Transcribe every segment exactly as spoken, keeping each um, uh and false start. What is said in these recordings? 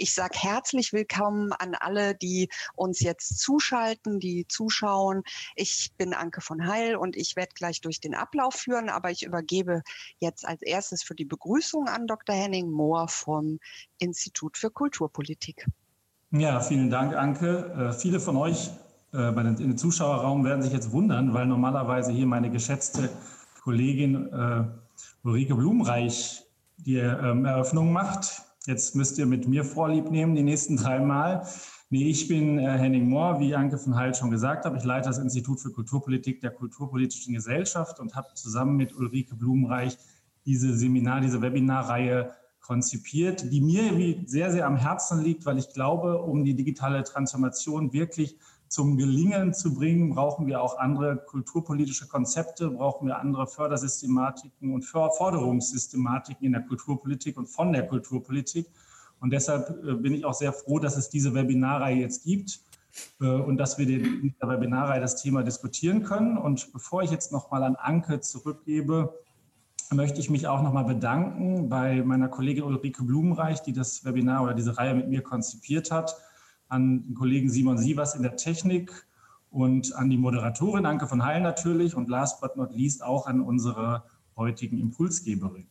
Ich sage herzlich willkommen an alle, die uns jetzt zuschalten, die zuschauen. Ich bin Anke von Heil und ich werde gleich durch den Ablauf führen, aber ich übergebe jetzt als erstes für die Begrüßung an Doktor Henning Mohr vom Institut für Kulturpolitik. Ja, vielen Dank, Anke. Äh, viele von euch äh, bei den, in den Zuschauerraum werden sich jetzt wundern, weil normalerweise hier meine geschätzte Kollegin äh, Ulrike Blumreich die ähm, Eröffnung macht. Jetzt müsst ihr mit mir Vorlieb nehmen, die nächsten drei Mal. Nee, ich bin äh, Henning Mohr, wie Anke von Heil schon gesagt hat. Ich leite das Institut für Kulturpolitik der Kulturpolitischen Gesellschaft und habe zusammen mit Ulrike Blumreich diese Seminar-, diese Webinarreihe konzipiert, die mir sehr, sehr am Herzen liegt, weil ich glaube, um die digitale Transformation wirklich zum Gelingen zu bringen, brauchen wir auch andere kulturpolitische Konzepte, brauchen wir andere Fördersystematiken und Forderungssystematiken in der Kulturpolitik und von der Kulturpolitik. Und deshalb bin ich auch sehr froh, dass es diese Webinarreihe jetzt gibt und dass wir in der Webinarreihe das Thema diskutieren können. Und bevor ich jetzt nochmal an Anke zurückgebe, möchte ich mich auch nochmal bedanken bei meiner Kollegin Ulrike Blumreich, die das Webinar oder diese Reihe mit mir konzipiert hat, an den Kollegen Simon Sievers in der Technik und an die Moderatorin Anke von Heil natürlich und last but not least auch an unsere heutigen Impulsgeberinnen.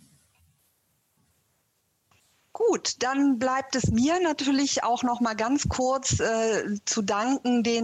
Gut, dann bleibt es mir natürlich auch noch mal ganz kurz äh, zu danken den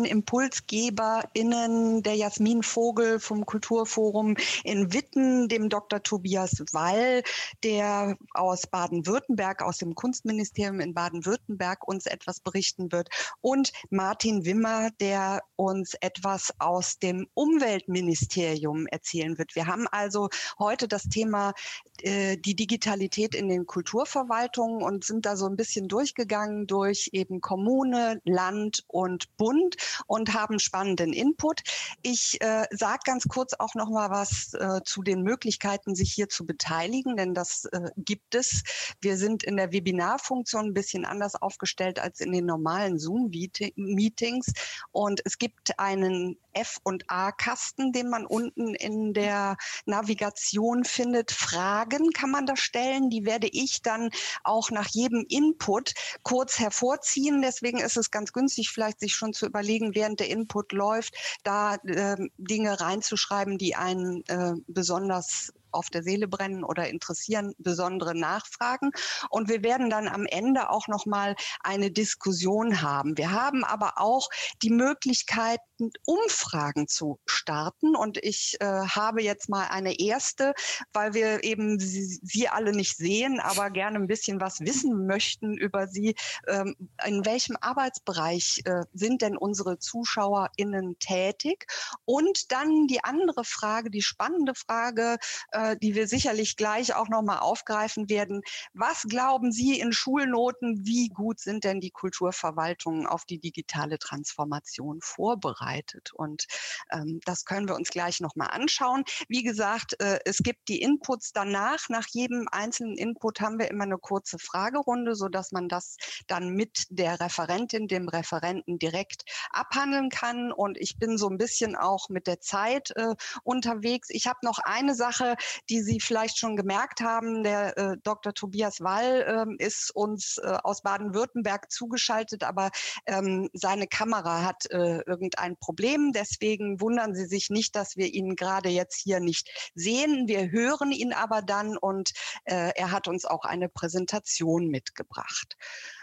ImpulsgeberInnen, der Jasmin Vogel vom Kulturforum in Witten, dem Doktor Tobias Wall, der aus Baden-Württemberg, aus dem Kunstministerium in Baden-Württemberg uns etwas berichten wird, und Martin Wimmer, der uns etwas aus dem Umweltministerium erzählen wird. Wir haben also heute das Thema äh, die Digitalität in den Kulturverwaltungen und sind da so ein bisschen durchgegangen durch eben Kommune, Land und Bund und haben spannenden Input. Ich äh, sage ganz kurz auch noch mal was äh, zu den Möglichkeiten, sich hier zu beteiligen, denn das äh, gibt es. Wir sind in der Webinarfunktion ein bisschen anders aufgestellt als in den normalen Zoom-Meetings und es gibt einen F- und A-Kasten, den man unten in der Navigation findet. Fragen kann man da stellen, die werde ich dann auch nach jedem Input kurz hervorziehen. Deswegen ist es ganz günstig, vielleicht sich schon zu überlegen, während der Input läuft, da äh, Dinge reinzuschreiben, die einen äh, besonders auf der Seele brennen oder interessieren, besondere Nachfragen. Und wir werden dann am Ende auch noch mal eine Diskussion haben. Wir haben aber auch die Möglichkeit, Umfragen zu starten. Und ich äh, habe jetzt mal eine erste, weil wir eben sie, sie alle nicht sehen, aber gerne ein bisschen was wissen möchten über sie. Ähm, in welchem Arbeitsbereich äh, sind denn unsere ZuschauerInnen tätig? Und dann die andere Frage, die spannende Frage, äh, die wir sicherlich gleich auch nochmal aufgreifen werden. Was glauben Sie in Schulnoten, wie gut sind denn die Kulturverwaltungen auf die digitale Transformation vorbereitet? Und ähm, das können wir uns gleich nochmal anschauen. Wie gesagt, äh, es gibt die Inputs danach. Nach jedem einzelnen Input haben wir immer eine kurze Fragerunde, sodass man das dann mit der Referentin, dem Referenten direkt abhandeln kann. Und ich bin so ein bisschen auch mit der Zeit äh, unterwegs. Ich habe noch eine Sache, die Sie vielleicht schon gemerkt haben. Der äh, Doktor Tobias Wall äh, ist uns äh, aus Baden-Württemberg zugeschaltet, aber ähm, seine Kamera hat äh, irgendein Problem. Deswegen wundern Sie sich nicht, dass wir ihn gerade jetzt hier nicht sehen. Wir hören ihn aber dann und äh, er hat uns auch eine Präsentation mitgebracht.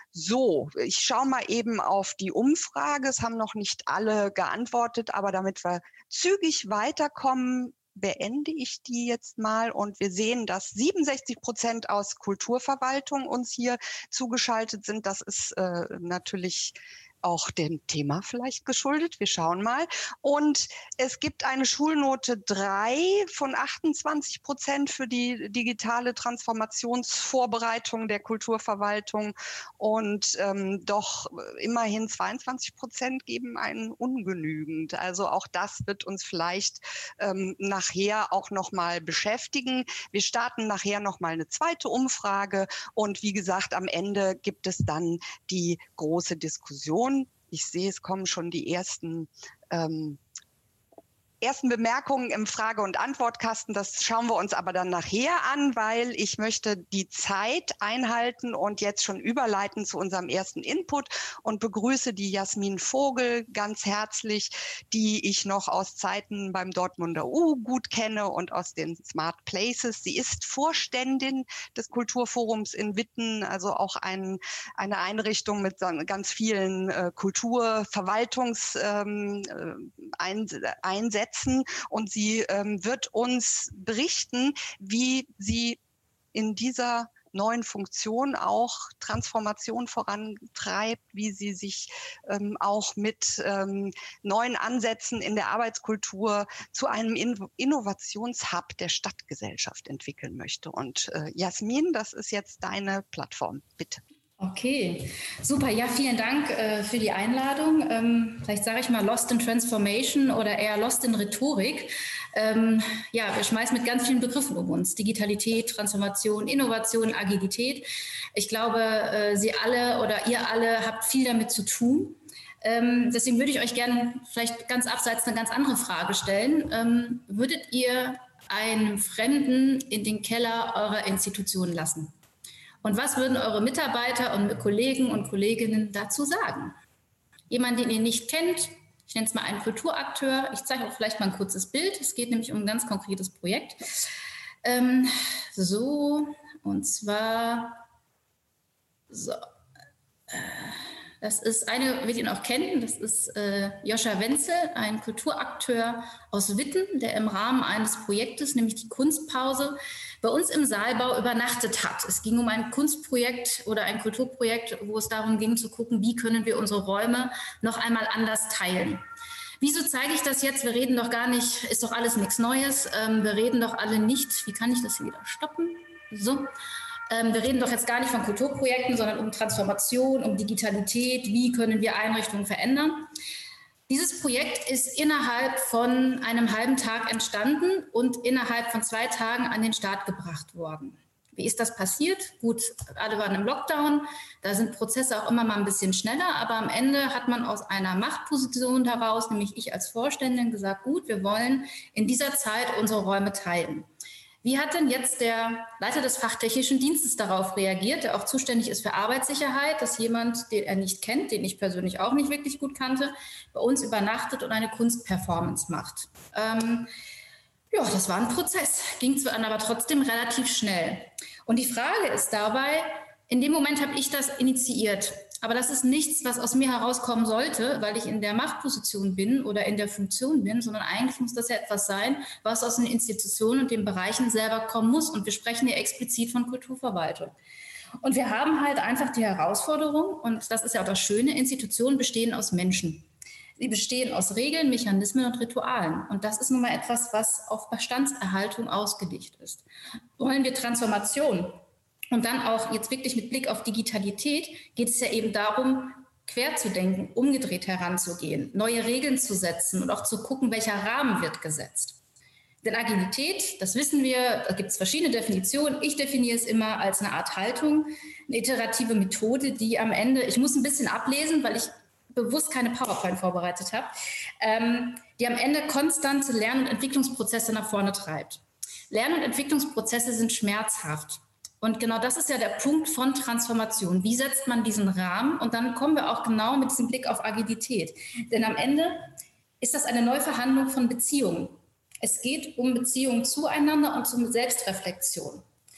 So, ich schaue mal eben auf die Umfrage. Es haben noch nicht alle geantwortet, aber damit wir zügig weiterkommen, beende ich die jetzt mal und wir sehen, dass siebenundsechzig Prozent aus Kulturverwaltung uns hier zugeschaltet sind. Das ist äh, natürlich auch dem Thema vielleicht geschuldet. Wir schauen mal. Und es gibt eine Schulnote drei von achtundzwanzig Prozent für die digitale Transformationsvorbereitung der Kulturverwaltung. Und ähm, doch immerhin zweiundzwanzig Prozent geben einen ungenügend. Also auch das wird uns vielleicht ähm, nachher auch nochmal beschäftigen. Wir starten nachher nochmal eine zweite Umfrage. Und wie gesagt, am Ende gibt es dann die große Diskussion. Ich sehe, es kommen schon die ersten ähm, ersten Bemerkungen im Frage- und Antwortkasten, das schauen wir uns aber dann nachher an, weil ich möchte die Zeit einhalten und jetzt schon überleiten zu unserem ersten Input und begrüße die Jasmin Vogel ganz herzlich, die ich noch aus Zeiten beim Dortmunder U gut kenne und aus den Smart Places. Sie ist Vorständin des Kulturforums in Witten, also auch ein, eine Einrichtung mit ganz vielen äh, Kulturverwaltungseinsätzen. Ähm, Und sie ähm, wird uns berichten, wie sie in dieser neuen Funktion auch Transformation vorantreibt, wie sie sich ähm, auch mit ähm, neuen Ansätzen in der Arbeitskultur zu einem In- Innovationshub der Stadtgesellschaft entwickeln möchte. Und äh, Jasmin, das ist jetzt deine Plattform. Bitte. Okay, super. Ja, vielen Dank äh, für die Einladung. Ähm, vielleicht sage ich mal Lost in Transformation oder eher Lost in Rhetorik. Ähm, ja, wir schmeißen mit ganz vielen Begriffen um uns. Digitalität, Transformation, Innovation, Agilität. Ich glaube, äh, Sie alle oder ihr alle habt viel damit zu tun. Ähm, deswegen würde ich euch gerne vielleicht ganz abseits eine ganz andere Frage stellen. Ähm, würdet ihr einen Fremden in den Keller eurer Institution lassen? Und was würden eure Mitarbeiter und Kollegen und Kolleginnen dazu sagen? Jemand, den ihr nicht kennt, ich nenne es mal einen Kulturakteur. Ich zeige auch vielleicht mal ein kurzes Bild. Es geht nämlich um ein ganz konkretes Projekt. Ähm, so, und zwar, so, äh, das ist eine, wird ihn auch kennen, das ist äh, Joscha Wenzel, ein Kulturakteur aus Witten, der im Rahmen eines Projektes, nämlich die Kunstpause, bei uns im Saalbau übernachtet hat. Es ging um ein Kunstprojekt oder ein Kulturprojekt, wo es darum ging zu gucken, wie können wir unsere Räume noch einmal anders teilen. Wieso zeige ich das jetzt? Wir reden doch gar nicht, ist doch alles nichts Neues. Ähm, wir reden doch alle nicht, wie kann ich das hier wieder stoppen? So. Ähm, wir reden doch jetzt gar nicht von Kulturprojekten, sondern um Transformation, um Digitalität. Wie können wir Einrichtungen verändern? Dieses Projekt ist innerhalb von einem halben Tag entstanden und innerhalb von zwei Tagen an den Start gebracht worden. Wie ist das passiert? Gut, alle waren im Lockdown, da sind Prozesse auch immer mal ein bisschen schneller, aber am Ende hat man aus einer Machtposition heraus, nämlich ich als Vorständin, gesagt, gut, wir wollen in dieser Zeit unsere Räume teilen. Wie hat denn jetzt der Leiter des fachtechnischen Dienstes darauf reagiert, der auch zuständig ist für Arbeitssicherheit, dass jemand, den er nicht kennt, den ich persönlich auch nicht wirklich gut kannte, bei uns übernachtet und eine Kunstperformance macht? Ähm, ja, das war ein Prozess, ging zwar aber trotzdem relativ schnell. Und die Frage ist dabei, in dem Moment habe ich das initiiert. Aber das ist nichts, was aus mir herauskommen sollte, weil ich in der Machtposition bin oder in der Funktion bin, sondern eigentlich muss das ja etwas sein, was aus den Institutionen und den Bereichen selber kommen muss. Und wir sprechen hier explizit von Kulturverwaltung. Und wir haben halt einfach die Herausforderung, und das ist ja auch das Schöne, Institutionen bestehen aus Menschen. Sie bestehen aus Regeln, Mechanismen und Ritualen. Und das ist nun mal etwas, was auf Bestandserhaltung ausgelegt ist. Wollen wir Transformation? Und dann auch jetzt wirklich mit Blick auf Digitalität geht es ja eben darum, quer zu denken, umgedreht heranzugehen, neue Regeln zu setzen und auch zu gucken, welcher Rahmen wird gesetzt. Denn Agilität, das wissen wir, da gibt es verschiedene Definitionen. Ich definiere es immer als eine Art Haltung, eine iterative Methode, die am Ende, ich muss ein bisschen ablesen, weil ich bewusst keine PowerPoint vorbereitet habe, ähm, die am Ende konstante Lern- und Entwicklungsprozesse nach vorne treibt. Lern- und Entwicklungsprozesse sind schmerzhaft. Und genau das ist ja der Punkt von Transformation. Wie setzt man diesen Rahmen? Und dann kommen wir auch genau mit diesem Blick auf Agilität. Denn am Ende ist das eine Neuverhandlung von Beziehungen. Es geht um Beziehungen zueinander und um Selbstreflexion.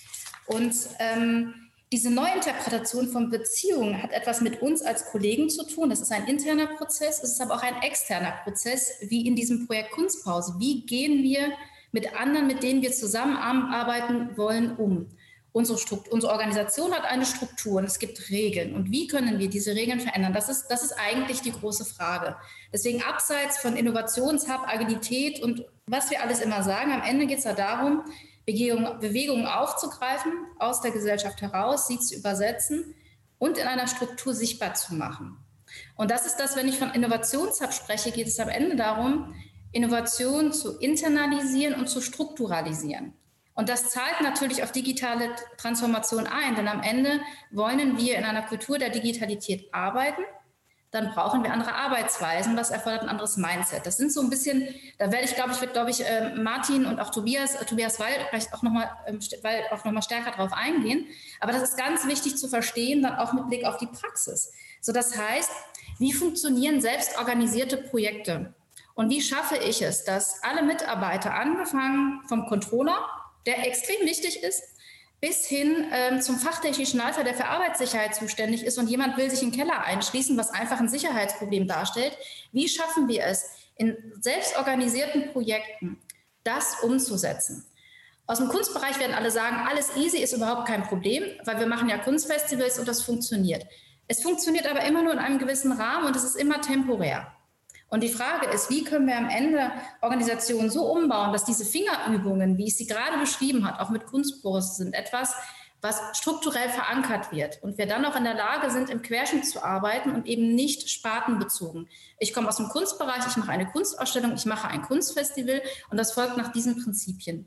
Und ähm, diese Neuinterpretation von Beziehungen hat etwas mit uns als Kollegen zu tun. Das ist ein interner Prozess, es ist aber auch ein externer Prozess, wie in diesem Projekt Kunstpause. Wie gehen wir mit anderen, mit denen wir zusammenarbeiten wollen, um? Unsere, Struktur, unsere Organisation hat eine Struktur und es gibt Regeln. Und wie können wir diese Regeln verändern? Das ist, das ist eigentlich die große Frage. Deswegen abseits von Innovationshub, Agilität und was wir alles immer sagen, am Ende geht es ja darum, Bewegung, Bewegungen aufzugreifen, aus der Gesellschaft heraus, sie zu übersetzen und in einer Struktur sichtbar zu machen. Und das ist das, wenn ich von Innovationshub spreche, geht es am Ende darum, Innovation zu internalisieren und zu strukturalisieren. Und das zahlt natürlich auf digitale Transformation ein, denn am Ende wollen wir in einer Kultur der Digitalität arbeiten. dann brauchen wir andere Arbeitsweisen, was erfordert ein anderes Mindset. Das sind so ein bisschen, da werde ich, glaube ich, wird, glaube ich, Martin und auch Tobias, Tobias Weil vielleicht auch nochmal noch mal stärker drauf eingehen. Aber das ist ganz wichtig zu verstehen, dann auch mit Blick auf die Praxis. So, das heißt, wie funktionieren selbstorganisierte Projekte? Und wie schaffe ich es, dass alle Mitarbeiter, angefangen vom Controller, der extrem wichtig ist, bis hin ähm, zum fachtechnischen Leiter, der für Arbeitssicherheit zuständig ist und jemand will sich in den Keller einschließen, was einfach ein Sicherheitsproblem darstellt. Wie schaffen wir es, in selbstorganisierten Projekten das umzusetzen? Aus dem Kunstbereich werden alle sagen, alles easy ist überhaupt kein Problem, weil wir machen ja Kunstfestivals und das funktioniert. Es funktioniert aber immer nur in einem gewissen Rahmen und es ist immer temporär. Und die Frage ist, wie können wir am Ende Organisationen so umbauen, dass diese Fingerübungen, wie ich sie gerade beschrieben habe, auch mit Kunstbrust sind, etwas, was strukturell verankert wird und wir dann auch in der Lage sind, im Querschnitt zu arbeiten und eben nicht spartenbezogen. Ich komme aus dem Kunstbereich, ich mache eine Kunstausstellung, ich mache ein Kunstfestival und das folgt nach diesen Prinzipien.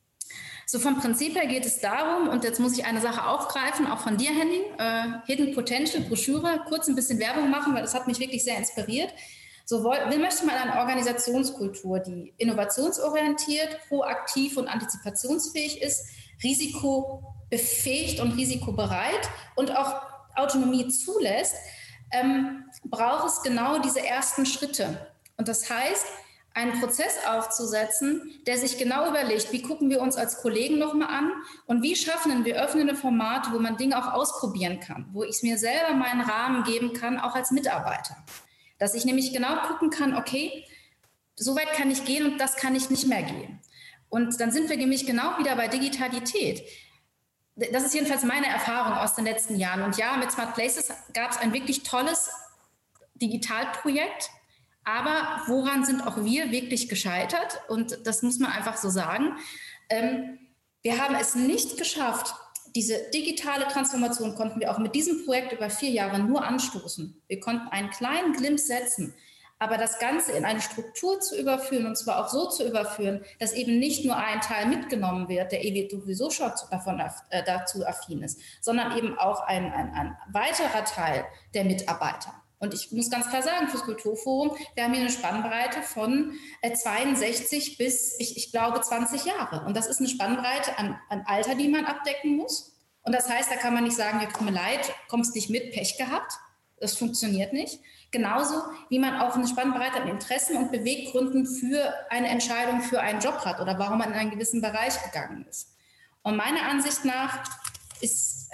So vom Prinzip her geht es darum, und jetzt muss ich eine Sache aufgreifen, auch von dir, Henning, äh, Hidden Potential, Broschüre, kurz ein bisschen Werbung machen, weil das hat mich wirklich sehr inspiriert. So wir möchten mal eine Organisationskultur, die innovationsorientiert, proaktiv und antizipationsfähig ist, risikobefähigt und risikobereit und auch Autonomie zulässt, ähm, braucht es genau diese ersten Schritte. Und das heißt, einen Prozess aufzusetzen, der sich genau überlegt, wie gucken wir uns als Kollegen nochmal an und wie schaffen wir öffnende Formate, wo man Dinge auch ausprobieren kann, wo ich mir selber meinen Rahmen geben kann, auch als Mitarbeiter. Dass ich nämlich genau gucken kann, okay, so weit kann ich gehen und das kann ich nicht mehr gehen. Und dann sind wir nämlich genau wieder bei Digitalität. Das ist jedenfalls meine Erfahrung aus den letzten Jahren. Und ja, mit Smart Places gab es ein wirklich tolles Digitalprojekt. Aber woran sind auch wir wirklich gescheitert? Und das muss man einfach so sagen. Ähm, wir haben es nicht geschafft. Diese digitale Transformation konnten wir auch mit diesem Projekt über vier Jahre nur anstoßen. Wir konnten einen kleinen Glimpse setzen, aber das Ganze in eine Struktur zu überführen und zwar auch so zu überführen, dass eben nicht nur ein Teil mitgenommen wird, der sowieso schon davon, äh, dazu affin ist, sondern eben auch ein, ein, ein weiterer Teil der Mitarbeiter. Und ich muss ganz klar sagen, fürs Kulturforum, wir haben hier eine Spannbreite von zweiundsechzig bis, ich, ich glaube, zwanzig Jahre. Und das ist eine Spannbreite an, an Alter, die man abdecken muss. Und das heißt, da kann man nicht sagen, ja, tut mir leid, kommst nicht mit, Pech gehabt. Das funktioniert nicht. Genauso wie man auch eine Spannbreite an Interessen und Beweggründen für eine Entscheidung für einen Job hat oder warum man in einen gewissen Bereich gegangen ist. Und meiner Ansicht nach ist...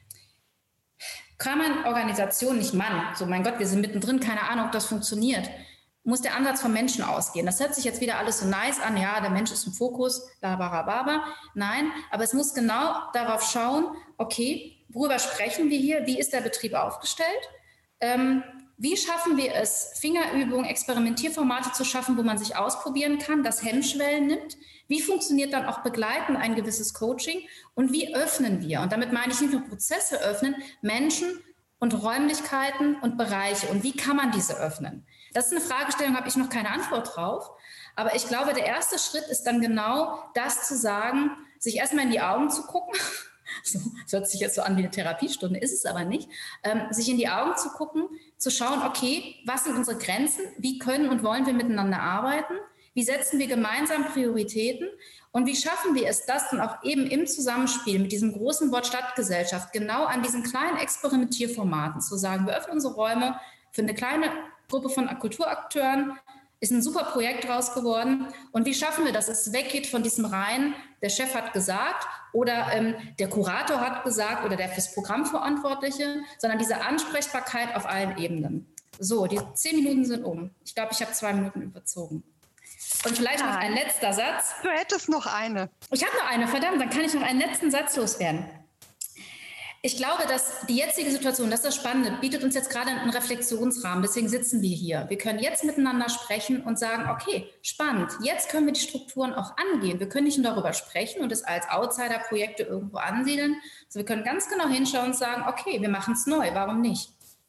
kann man Organisationen, nicht Mann, so mein Gott, wir sind mittendrin, keine Ahnung, ob das funktioniert, muss der Ansatz vom Menschen ausgehen. Das hört sich jetzt wieder alles so nice an, ja, der Mensch ist im Fokus, labarababa. Nein, aber es muss genau darauf schauen, okay, worüber sprechen wir hier, wie ist der Betrieb aufgestellt, ähm, wie schaffen wir es, Fingerübungen, Experimentierformate zu schaffen, wo man sich ausprobieren kann, das Hemmschwellen nimmt. Wie funktioniert dann auch begleitend ein gewisses Coaching und wie öffnen wir? Und damit meine ich nicht nur Prozesse öffnen, Menschen und Räumlichkeiten und Bereiche. Und wie kann man diese öffnen? Das ist eine Fragestellung, habe ich noch keine Antwort drauf. Aber ich glaube, der erste Schritt ist dann genau das zu sagen, sich erstmal in die Augen zu gucken. So, das hört sich jetzt so an wie eine Therapiestunde, ist es aber nicht. Ähm, sich in die Augen zu gucken, zu schauen, okay, was sind unsere Grenzen? Wie können und wollen wir miteinander arbeiten? Wie setzen wir gemeinsam Prioritäten? Und wie schaffen wir es, das dann auch eben im Zusammenspiel mit diesem großen Wort Stadtgesellschaft, genau an diesen kleinen Experimentierformaten zu sagen, wir öffnen unsere Räume für eine kleine Gruppe von Kulturakteuren, ist ein super Projekt draus geworden. Und wie schaffen wir, dass es weggeht von diesem rein, der Chef hat gesagt oder ähm, der Kurator hat gesagt oder der fürs Programm Verantwortliche, sondern diese Ansprechbarkeit auf allen Ebenen. So, die zehn Minuten sind um. Ich glaube, ich habe zwei Minuten überzogen. Und vielleicht Nein. noch ein letzter Satz. Du hättest noch eine. Ich habe noch eine, verdammt, dann kann ich noch einen letzten Satz loswerden. Ich glaube, dass die jetzige Situation, das ist das Spannende, bietet uns jetzt gerade einen Reflexionsrahmen. Deswegen sitzen wir hier. Wir können jetzt miteinander sprechen und sagen, okay, spannend, jetzt können wir die Strukturen auch angehen. Wir können nicht nur darüber sprechen und es als Outsider-Projekte irgendwo ansiedeln. Also wir können ganz genau hinschauen und sagen, okay, wir machen es neu, warum nicht?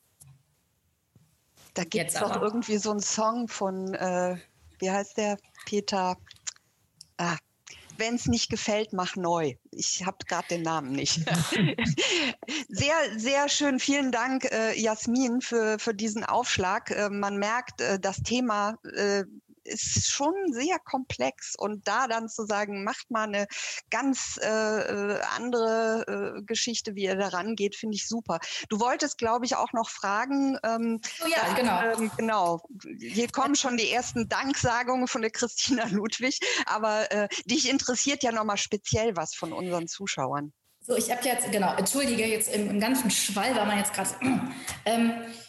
Da gibt es doch irgendwie so einen Song von, äh, wie heißt der? Peter, ah, wenn es nicht gefällt, mach neu. Ich habe gerade den Namen nicht. Sehr, sehr schön. Vielen Dank, äh, Jasmin, für, für diesen Aufschlag. Äh, man merkt, äh, das Thema äh, ist schon sehr komplex und da dann zu sagen, macht mal eine ganz äh, andere äh, Geschichte, wie ihr da rangeht, finde ich super. Du wolltest, glaube ich, auch noch fragen. Ähm, oh ja, dass, genau. Ähm, genau. Hier kommen schon die ersten Danksagungen von der Christina Ludwig, aber äh, dich interessiert ja nochmal speziell was von unseren Zuschauern. So, ich habe jetzt, genau, entschuldige, jetzt im, im ganzen Schwall war man jetzt gerade. Ähm,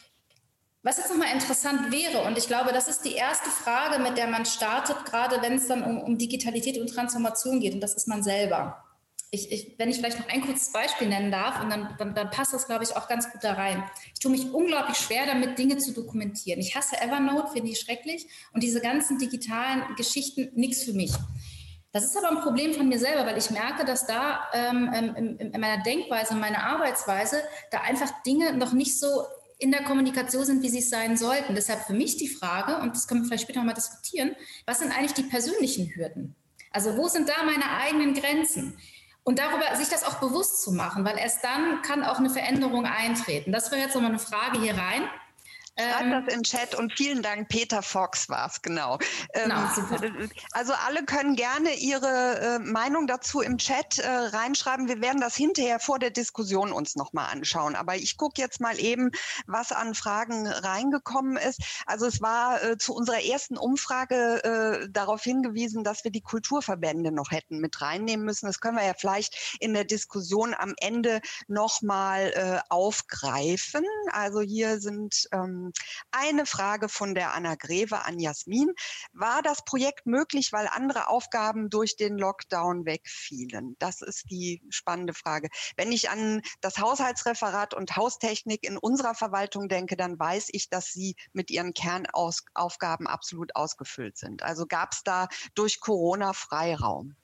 Was jetzt nochmal interessant wäre, und ich glaube, das ist die erste Frage, mit der man startet, gerade wenn es dann um, um Digitalität und Transformation geht, und das ist man selber. Ich, ich, wenn ich vielleicht noch ein kurzes Beispiel nennen darf, und dann, dann, dann passt das, glaube ich, auch ganz gut da rein. Ich tue mich unglaublich schwer damit, Dinge zu dokumentieren. Ich hasse Evernote, finde ich schrecklich, und diese ganzen digitalen Geschichten, nichts für mich. Das ist aber ein Problem von mir selber, weil ich merke, dass da ähm, in, in meiner Denkweise, in meiner Arbeitsweise, da einfach Dinge noch nicht so in der Kommunikation sind, wie sie es sein sollten. Deshalb für mich die Frage, und das können wir vielleicht später noch mal diskutieren, was sind eigentlich die persönlichen Hürden? Also wo sind da meine eigenen Grenzen? Und darüber sich das auch bewusst zu machen, weil erst dann kann auch eine Veränderung eintreten. Das wäre jetzt nochmal eine Frage hier rein. Schreibt das in den Chat und vielen Dank, Peter Fox war es, genau. Genau, ähm, super. Also alle können gerne ihre äh, Meinung dazu im Chat äh, reinschreiben. Wir werden das hinterher vor der Diskussion uns nochmal anschauen. Aber ich gucke jetzt mal eben, was an Fragen reingekommen ist. Also es war äh, zu unserer ersten Umfrage äh, darauf hingewiesen, dass wir die Kulturverbände noch hätten mit reinnehmen müssen. Das können wir ja vielleicht in der Diskussion am Ende nochmal äh, aufgreifen. Also hier sind ähm, eine Frage von der Anna Greve an Jasmin. War das Projekt möglich, weil andere Aufgaben durch den Lockdown wegfielen? Das ist die spannende Frage. Wenn ich an das Haushaltsreferat und Haustechnik in unserer Verwaltung denke, dann weiß ich, dass sie mit ihren Kernaufgaben absolut ausgefüllt sind. Also gab es da durch Corona Freiraum?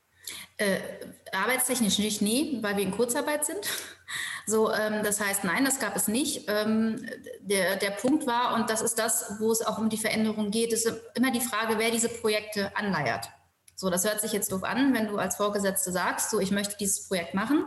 Äh, arbeitstechnisch nicht, nie, weil wir in Kurzarbeit sind. So, ähm, das heißt, nein, das gab es nicht. Ähm, der, der Punkt war, und das ist das, wo es auch um die Veränderung geht, ist immer die Frage, wer diese Projekte anleiert. So, das hört sich jetzt doof an, wenn du als Vorgesetzte sagst, so, ich möchte dieses Projekt machen.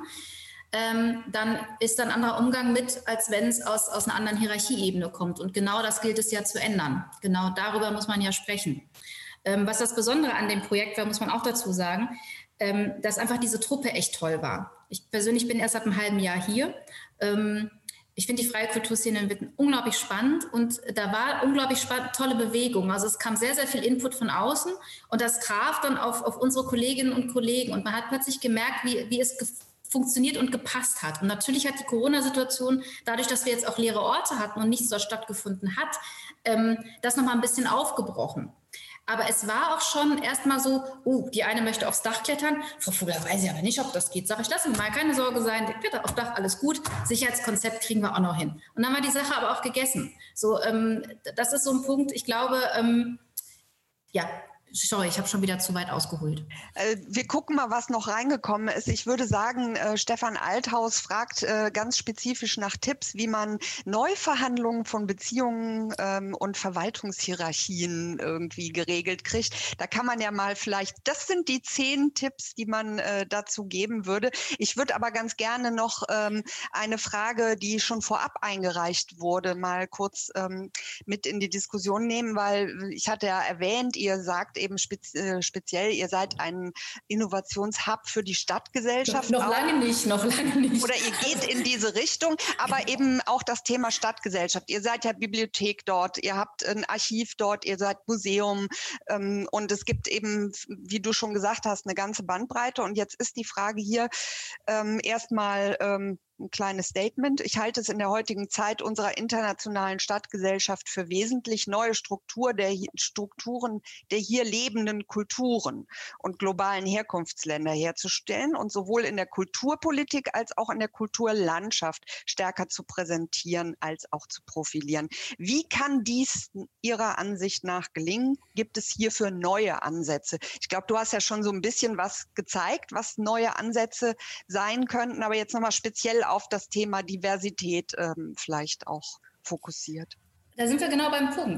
Ähm, dann ist da ein anderer Umgang mit, als wenn es aus, aus einer anderen Hierarchieebene kommt. Und genau das gilt es ja zu ändern. Genau darüber muss man ja sprechen. Ähm, was das Besondere an dem Projekt war, muss man auch dazu sagen, ähm, dass einfach diese Truppe echt toll war. Ich persönlich bin erst seit einem halben Jahr hier. Ähm, ich finde die freie Kulturszene in Witten unglaublich spannend und da war unglaublich spannend, tolle Bewegung. Also es kam sehr, sehr viel Input von außen und das traf dann auf, auf unsere Kolleginnen und Kollegen und man hat plötzlich gemerkt, wie, wie es funktioniert und gepasst hat. Und natürlich hat die Corona-Situation, dadurch, dass wir jetzt auch leere Orte hatten und nichts dort stattgefunden hat, ähm, das nochmal ein bisschen aufgebrochen. Aber es war auch schon erstmal so, oh, die eine möchte aufs Dach klettern. Frau Vogler, weiß ich aber nicht, ob das geht. Sag ich, lass mir mal keine Sorge sein, der klettert aufs Dach, alles gut. Sicherheitskonzept kriegen wir auch noch hin. Und dann war die Sache aber auch gegessen. So, ähm, das ist so ein Punkt, ich glaube, ähm, ja, sorry, ich habe schon wieder zu weit ausgeholt. Äh, wir gucken mal, was noch reingekommen ist. Ich würde sagen, äh, Stefan Althaus fragt äh, ganz spezifisch nach Tipps, wie man Neuverhandlungen von Beziehungen ähm, und Verwaltungshierarchien irgendwie geregelt kriegt. Da kann man ja mal vielleicht, das sind die zehn Tipps, die man äh, dazu geben würde. Ich würde aber ganz gerne noch ähm, eine Frage, die schon vorab eingereicht wurde, mal kurz ähm, mit in die Diskussion nehmen, weil ich hatte ja erwähnt, ihr sagt eben spezi- äh, speziell, ihr seid ein Innovationshub für die Stadtgesellschaft. Noch, noch lange nicht, noch lange nicht. Oder ihr geht in diese Richtung, aber genau. Eben auch das Thema Stadtgesellschaft. Ihr seid ja Bibliothek dort, ihr habt ein Archiv dort, ihr seid Museum ähm, und es gibt eben, wie du schon gesagt hast, eine ganze Bandbreite. Und jetzt ist die Frage hier ähm, erstmal ähm, ein kleines Statement. Ich halte es in der heutigen Zeit unserer internationalen Stadtgesellschaft für wesentlich, neue Struktur der Strukturen der hier lebenden Kulturen und globalen Herkunftsländer herzustellen und sowohl in der Kulturpolitik als auch in der Kulturlandschaft stärker zu präsentieren als auch zu profilieren. Wie kann dies Ihrer Ansicht nach gelingen? Gibt es hierfür neue Ansätze? Ich glaube, du hast ja schon so ein bisschen was gezeigt, was neue Ansätze sein könnten, aber jetzt nochmal speziell auf das Thema Diversität ähm, vielleicht auch fokussiert. Da sind wir genau beim Punkt.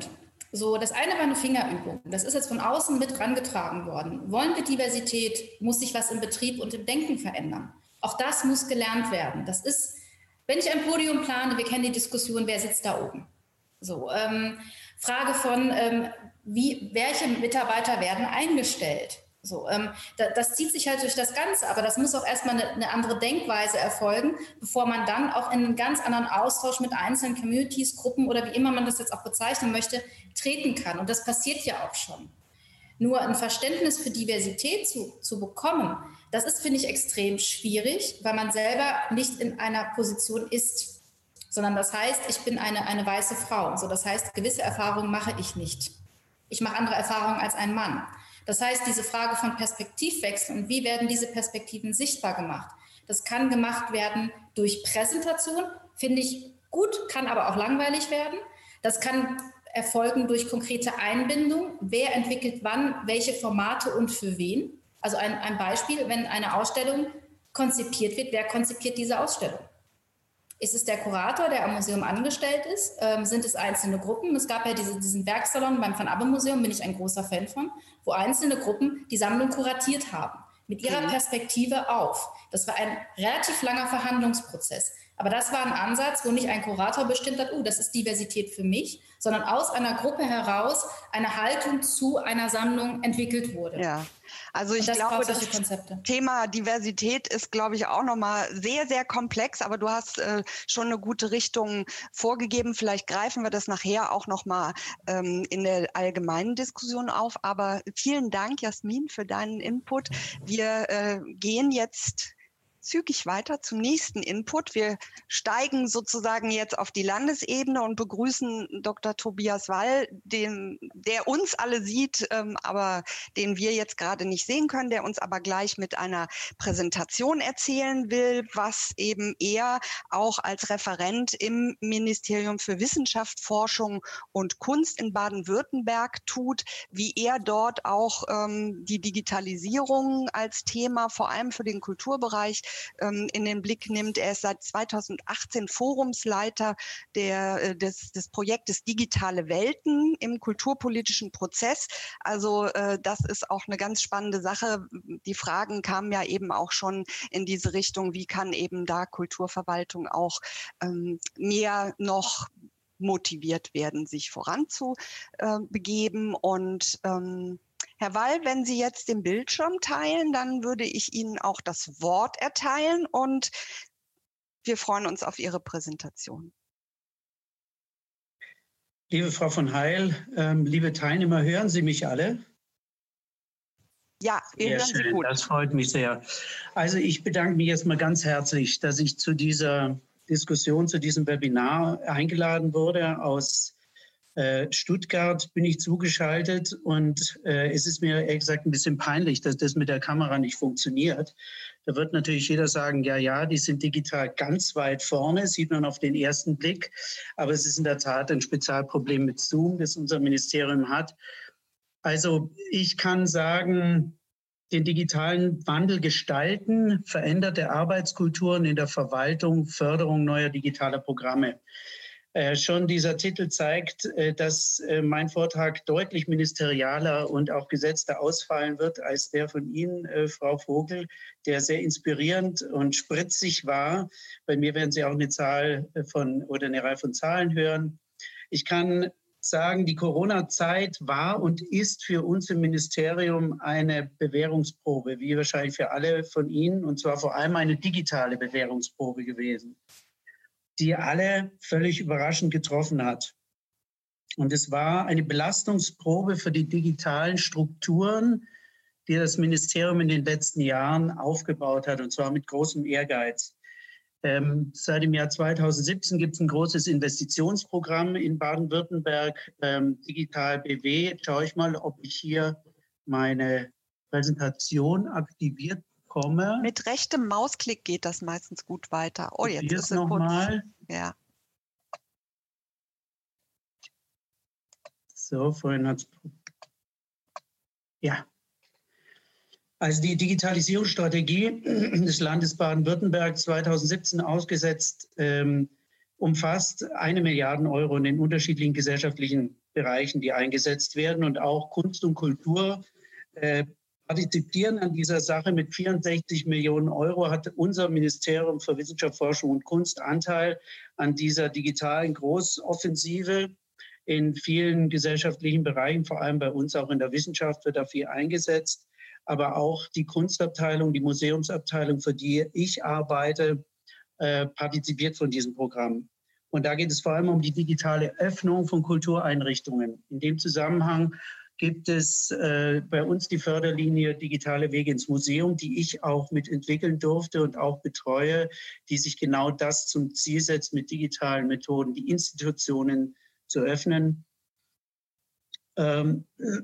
So, das eine war eine Fingerübung. Das ist jetzt von außen mit rangetragen worden. Wollen wir Diversität, muss sich was im Betrieb und im Denken verändern. Auch das muss gelernt werden. Das ist, wenn ich ein Podium plane, wir kennen die Diskussion, wer sitzt da oben? So, ähm, Frage von, ähm, wie, welche Mitarbeiter werden eingestellt? So, ähm, da, das zieht sich halt durch das Ganze, aber das muss auch erstmal eine, eine andere Denkweise erfolgen, bevor man dann auch in einen ganz anderen Austausch mit einzelnen Communities, Gruppen oder wie immer man das jetzt auch bezeichnen möchte, treten kann. Und das passiert ja auch schon. Nur ein Verständnis für Diversität zu, zu bekommen, das ist, finde ich, extrem schwierig, weil man selber nicht in einer Position ist, sondern das heißt, ich bin eine, eine weiße Frau. So, das heißt, gewisse Erfahrungen mache ich nicht. Ich mache andere Erfahrungen als ein Mann. Das heißt, diese Frage von Perspektivwechsel und wie werden diese Perspektiven sichtbar gemacht, das kann gemacht werden durch Präsentation, finde ich gut, kann aber auch langweilig werden. Das kann erfolgen durch konkrete Einbindung. Wer entwickelt wann, welche Formate und für wen? Also ein, ein Beispiel, wenn eine Ausstellung konzipiert wird, wer konzipiert diese Ausstellung? Ist es der Kurator, der am Museum angestellt ist? Ähm, sind es einzelne Gruppen? Es gab ja diese, diesen Werksalon beim Van Abbe Museum, bin ich ein großer Fan von, wo einzelne Gruppen die Sammlung kuratiert haben, mit ihrer Perspektive auf. Das war ein relativ langer Verhandlungsprozess. Aber das war ein Ansatz, wo nicht ein Kurator bestimmt hat, oh, das ist Diversität für mich, sondern aus einer Gruppe heraus eine Haltung zu einer Sammlung entwickelt wurde. Ja, also ich glaube, das Thema Diversität ist, glaube ich, auch nochmal sehr, sehr komplex, aber du hast äh, schon eine gute Richtung vorgegeben. Vielleicht greifen wir das nachher auch nochmal ähm, in der allgemeinen Diskussion auf. Aber vielen Dank, Jasmin, für deinen Input. Wir äh, gehen jetzt zügig weiter zum nächsten Input. Wir steigen sozusagen jetzt auf die Landesebene und begrüßen Doktor Tobias Wall, den, der uns alle sieht, ähm, aber den wir jetzt gerade nicht sehen können, der uns aber gleich mit einer Präsentation erzählen will, was eben er auch als Referent im Ministerium für Wissenschaft, Forschung und Kunst in Baden-Württemberg tut, wie er dort auch ähm, die Digitalisierung als Thema, vor allem für den Kulturbereich, in den Blick nimmt. Er ist seit zweitausendachtzehn Forumsleiter der, des, des Projektes Digitale Welten im kulturpolitischen Prozess. Also das ist auch eine ganz spannende Sache. Die Fragen kamen ja eben auch schon in diese Richtung, wie kann eben da Kulturverwaltung auch ähm, mehr noch motiviert werden, sich voranzubegeben. Und ähm, Herr Wall, wenn Sie jetzt den Bildschirm teilen, dann würde ich Ihnen auch das Wort erteilen und wir freuen uns auf Ihre Präsentation. Liebe Frau von Heil, ähm, liebe Teilnehmer, hören Sie mich alle? Ja, wir sehr hören schön, Sie gut. Das freut mich sehr. Also ich bedanke mich erstmal ganz herzlich, dass ich zu dieser Diskussion, zu diesem Webinar eingeladen wurde. Aus Stuttgart bin ich zugeschaltet und äh, es ist mir ehrlich gesagt ein bisschen peinlich, dass das mit der Kamera nicht funktioniert. Da wird natürlich jeder sagen, ja, ja, die sind digital ganz weit vorne, sieht man auf den ersten Blick. Aber es ist in der Tat ein Spezialproblem mit Zoom, das unser Ministerium hat. Also ich kann sagen, den digitalen Wandel gestalten, veränderte Arbeitskulturen in der Verwaltung, Förderung neuer digitaler Programme. Äh, schon dieser Titel zeigt, äh, dass äh, mein Vortrag deutlich ministerialer und auch gesetzter ausfallen wird als der von Ihnen, äh, Frau Vogel, der sehr inspirierend und spritzig war. Bei mir werden Sie auch eine Zahl von oder eine Reihe von Zahlen hören. Ich kann sagen, die Corona-Zeit war und ist für uns im Ministerium eine Bewährungsprobe, wie wahrscheinlich für alle von Ihnen, und zwar vor allem eine digitale Bewährungsprobe gewesen, die alle völlig überraschend getroffen hat. Und es war eine Belastungsprobe für die digitalen Strukturen, die das Ministerium in den letzten Jahren aufgebaut hat, und zwar mit großem Ehrgeiz. Ähm, seit dem Jahr zweitausendsiebzehn gibt es ein großes Investitionsprogramm in Baden-Württemberg, ähm, Digital B W. Schaue ich mal, ob ich hier meine Präsentation aktiviert komme. Mit rechtem Mausklick geht das meistens gut weiter. Oh, jetzt ist es noch kurz. Mal. Ja. So, vorhin hat es... Ja. Also die Digitalisierungsstrategie des Landes Baden-Württemberg zweitausendsiebzehn ausgesetzt, ähm, umfasst eine Milliarde Euro in den unterschiedlichen gesellschaftlichen Bereichen, die eingesetzt werden. Und auch Kunst und Kultur äh, partizipieren an dieser Sache. Mit vierundsechzig Millionen Euro hat unser Ministerium für Wissenschaft, Forschung und Kunst Anteil an dieser digitalen Großoffensive. In vielen gesellschaftlichen Bereichen, vor allem bei uns auch in der Wissenschaft, wird da viel eingesetzt. Aber auch die Kunstabteilung, die Museumsabteilung, für die ich arbeite, äh, partizipiert von diesem Programm. Und da geht es vor allem um die digitale Öffnung von Kultureinrichtungen. In dem Zusammenhang gibt es äh, bei uns die Förderlinie Digitale Wege ins Museum, die ich auch mitentwickeln durfte und auch betreue, die sich genau das zum Ziel setzt, mit digitalen Methoden die Institutionen zu öffnen. Ähm,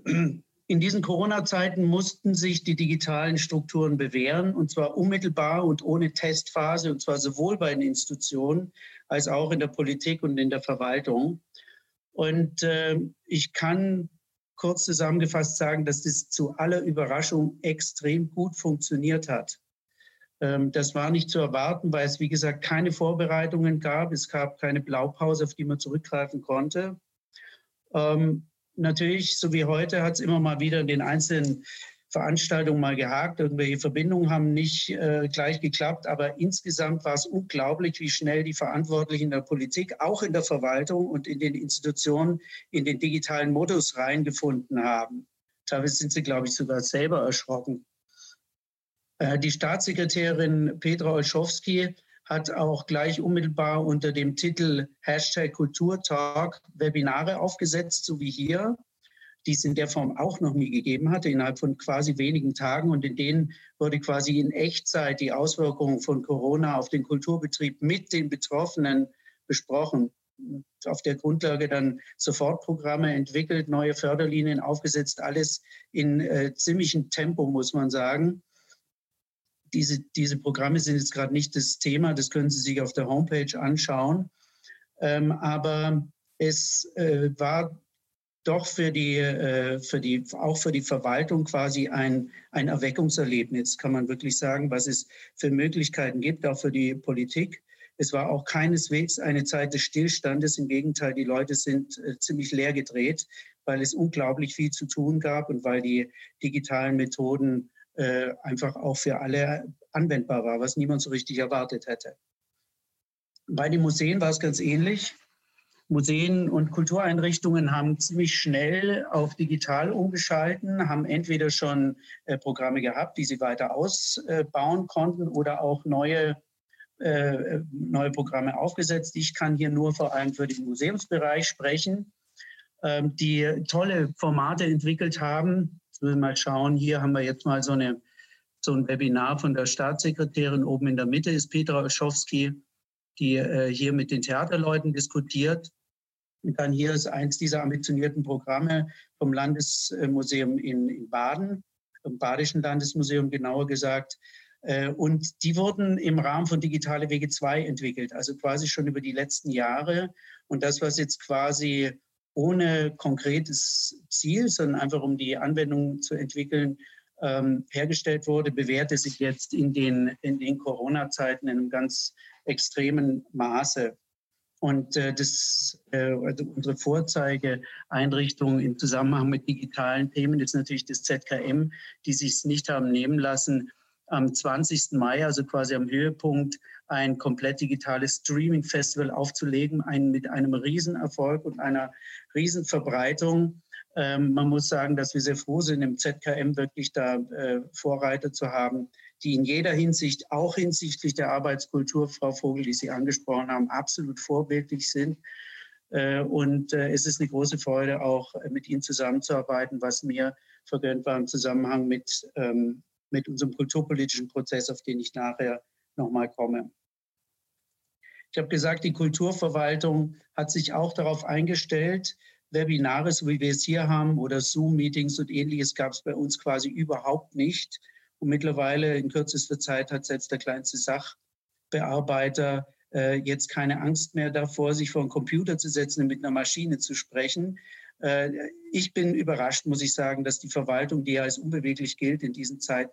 in diesen Corona-Zeiten mussten sich die digitalen Strukturen bewähren, und zwar unmittelbar und ohne Testphase, und zwar sowohl bei den Institutionen als auch in der Politik und in der Verwaltung. Und äh, ich kann kurz zusammengefasst sagen, dass das zu aller Überraschung extrem gut funktioniert hat. Ähm, das war nicht zu erwarten, weil es, wie gesagt, keine Vorbereitungen gab. Es gab keine Blaupause, auf die man zurückgreifen konnte. Ähm, natürlich, so wie heute, hat es immer mal wieder in den einzelnen Veranstaltungen mal gehakt. Irgendwelche Verbindungen haben nicht äh, gleich geklappt. Aber insgesamt war es unglaublich, wie schnell die Verantwortlichen in der Politik, auch in der Verwaltung und in den Institutionen in den digitalen Modus reingefunden haben. Teilweise sind sie, glaube ich, sogar selber erschrocken. Äh, die Staatssekretärin Petra Olschowski hat auch gleich unmittelbar unter dem Titel Hashtag Kulturtalk Webinare aufgesetzt, so wie hier, die es in der Form auch noch nie gegeben hatte, innerhalb von quasi wenigen Tagen. Und in denen wurde quasi in Echtzeit die Auswirkungen von Corona auf den Kulturbetrieb mit den Betroffenen besprochen. Und auf der Grundlage dann Sofortprogramme entwickelt, neue Förderlinien aufgesetzt, alles in äh, ziemlichem Tempo, muss man sagen. Diese, diese Programme sind jetzt gerade nicht das Thema, das können Sie sich auf der Homepage anschauen. Ähm, aber es äh, war doch für die, äh, für die, auch für die Verwaltung quasi ein, ein Erweckungserlebnis, kann man wirklich sagen, was es für Möglichkeiten gibt, auch für die Politik. Es war auch keineswegs eine Zeit des Stillstandes. Im Gegenteil, die Leute sind äh, ziemlich leer gedreht, weil es unglaublich viel zu tun gab und weil die digitalen Methoden äh, einfach auch für alle anwendbar war, was niemand so richtig erwartet hätte. Bei den Museen war es ganz ähnlich. Museen und Kultureinrichtungen haben ziemlich schnell auf digital umgeschalten, haben entweder schon äh, Programme gehabt, die sie weiter ausbauen äh, konnten, oder auch neue, äh, neue Programme aufgesetzt. Ich kann hier nur vor allem für den Museumsbereich sprechen, ähm, die tolle Formate entwickelt haben. Jetzt müssen wir mal schauen, hier haben wir jetzt mal so, eine, so ein Webinar von der Staatssekretärin. Oben in der Mitte ist Petra Olschowski, die äh, hier mit den Theaterleuten diskutiert. Und dann hier ist eins dieser ambitionierten Programme vom Landesmuseum in, in Baden, vom Badischen Landesmuseum genauer gesagt. Äh, und die wurden im Rahmen von Digitale Wege zwei entwickelt, also quasi schon über die letzten Jahre. Und das, was jetzt quasi ohne konkretes Ziel, sondern einfach um die Anwendung zu entwickeln, ähm, hergestellt wurde, bewährte sich jetzt in den, in den Corona-Zeiten in einem ganz extremen Maße. Und äh, das, äh, also unsere Vorzeigeeinrichtung im Zusammenhang mit digitalen Themen ist natürlich das Z K M, die sich es nicht haben nehmen lassen, am zwanzigsten Mai, also quasi am Höhepunkt, ein komplett digitales Streaming-Festival aufzulegen, ein, mit einem Riesenerfolg und einer Riesenverbreitung. Ähm, man muss sagen, dass wir sehr froh sind, im Z K M wirklich da äh, Vorreiter zu haben, die in jeder Hinsicht, auch hinsichtlich der Arbeitskultur, Frau Vogel, die Sie angesprochen haben, absolut vorbildlich sind. Äh, und äh, es ist eine große Freude, auch äh, mit Ihnen zusammenzuarbeiten, was mir vergönnt war im Zusammenhang mit, ähm, mit unserem kulturpolitischen Prozess, auf den ich nachher nochmal komme. Ich habe gesagt, die Kulturverwaltung hat sich auch darauf eingestellt. Webinare, so wie wir es hier haben, oder Zoom-Meetings und Ähnliches gab es bei uns quasi überhaupt nicht. Und mittlerweile in kürzester Zeit hat selbst der kleinste Sachbearbeiter äh, jetzt keine Angst mehr davor, sich vor einen Computer zu setzen und mit einer Maschine zu sprechen. Äh, ich bin überrascht, muss ich sagen, dass die Verwaltung, die ja als unbeweglich gilt, in diesen Zeiten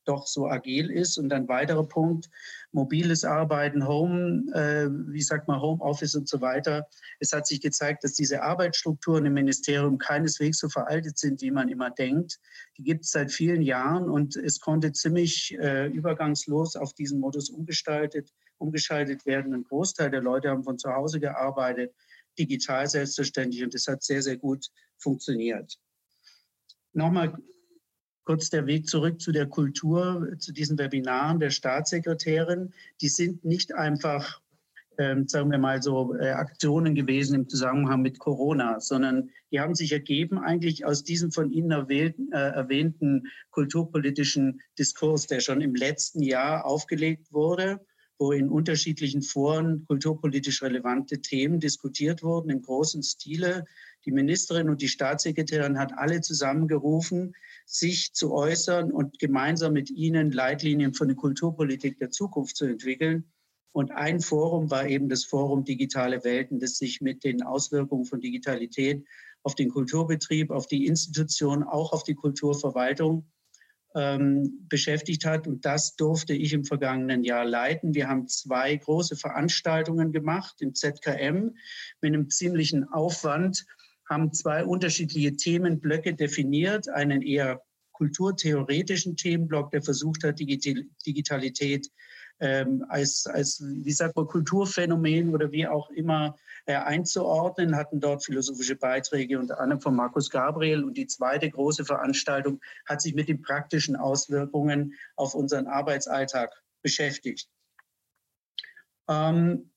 doch so agil ist. Und ein weiterer Punkt, mobiles Arbeiten, Home, äh, wie sagt man, Homeoffice und so weiter. Es hat sich gezeigt, dass diese Arbeitsstrukturen im Ministerium keineswegs so veraltet sind, wie man immer denkt. Die gibt es seit vielen Jahren und es konnte ziemlich äh, übergangslos auf diesen Modus umgestaltet, umgeschaltet werden. Ein Großteil der Leute haben von zu Hause gearbeitet, digital selbstverständlich, und das hat sehr, sehr gut funktioniert. Nochmal kurz der Weg zurück zu der Kultur, zu diesen Webinaren der Staatssekretärin. Die sind nicht einfach, ähm, sagen wir mal so, äh, Aktionen gewesen im Zusammenhang mit Corona, sondern die haben sich ergeben eigentlich aus diesem von Ihnen erwähnten, äh, erwähnten kulturpolitischen Diskurs, der schon im letzten Jahr aufgelegt wurde, wo in unterschiedlichen Foren kulturpolitisch relevante Themen diskutiert wurden, im großen Stile. Die Ministerin und die Staatssekretärin hat alle zusammengerufen, sich zu äußern und gemeinsam mit ihnen Leitlinien für eine Kulturpolitik der Zukunft zu entwickeln. Und ein Forum war eben das Forum Digitale Welten, das sich mit den Auswirkungen von Digitalität auf den Kulturbetrieb, auf die Institutionen, auch auf die Kulturverwaltung ähm, beschäftigt hat. Und das durfte ich im vergangenen Jahr leiten. Wir haben zwei große Veranstaltungen gemacht im Z K M mit einem ziemlichen Aufwand, haben zwei unterschiedliche Themenblöcke definiert, einen eher kulturtheoretischen Themenblock, der versucht hat, Digitalität ähm, als, als, wie sagt man, Kulturphänomen oder wie auch immer äh, einzuordnen, hatten dort philosophische Beiträge unter anderem von Markus Gabriel. Und die zweite große Veranstaltung hat sich mit den praktischen Auswirkungen auf unseren Arbeitsalltag beschäftigt. Ähm,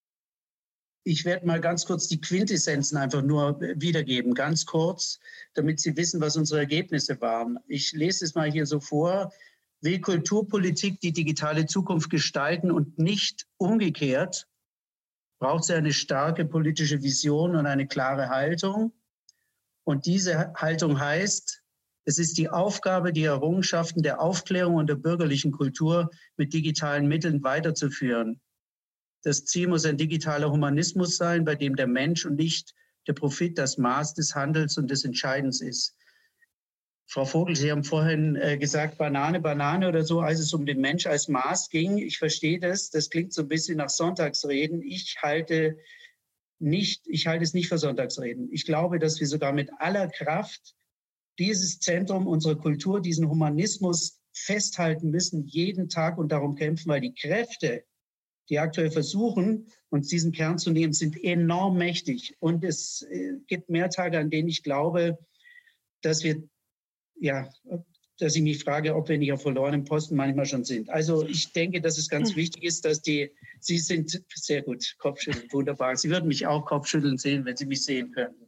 Ich werde mal ganz kurz die Quintessenzen einfach nur wiedergeben, ganz kurz, damit Sie wissen, was unsere Ergebnisse waren. Ich lese es mal hier so vor. Will Kulturpolitik die digitale Zukunft gestalten und nicht umgekehrt, braucht sie eine starke politische Vision und eine klare Haltung. Und diese Haltung heißt, es ist die Aufgabe, die Errungenschaften der Aufklärung und der bürgerlichen Kultur mit digitalen Mitteln weiterzuführen. Das Ziel muss ein digitaler Humanismus sein, bei dem der Mensch und nicht der Profit das Maß des Handels und des Entscheidens ist. Frau Vogel, Sie haben vorhin äh, gesagt, Banane, Banane oder so, als es um den Mensch als Maß ging. Ich verstehe das, das klingt so ein bisschen nach Sonntagsreden. Ich halte, nicht, ich halte es nicht für Sonntagsreden. Ich glaube, dass wir sogar mit aller Kraft dieses Zentrum unserer Kultur, diesen Humanismus festhalten müssen, jeden Tag und darum kämpfen, weil die Kräfte, die aktuell versuchen, uns diesen Kern zu nehmen, sind enorm mächtig. Und es äh, gibt mehr Tage, an denen ich glaube, dass wir, ja, dass ich mich frage, ob wir nicht auf verlorenen Posten manchmal schon sind. Also ich denke, dass es ganz wichtig ist, dass die, Sie sind sehr gut, Kopfschütteln, wunderbar. Sie würden mich auch Kopfschütteln sehen, wenn Sie mich sehen könnten.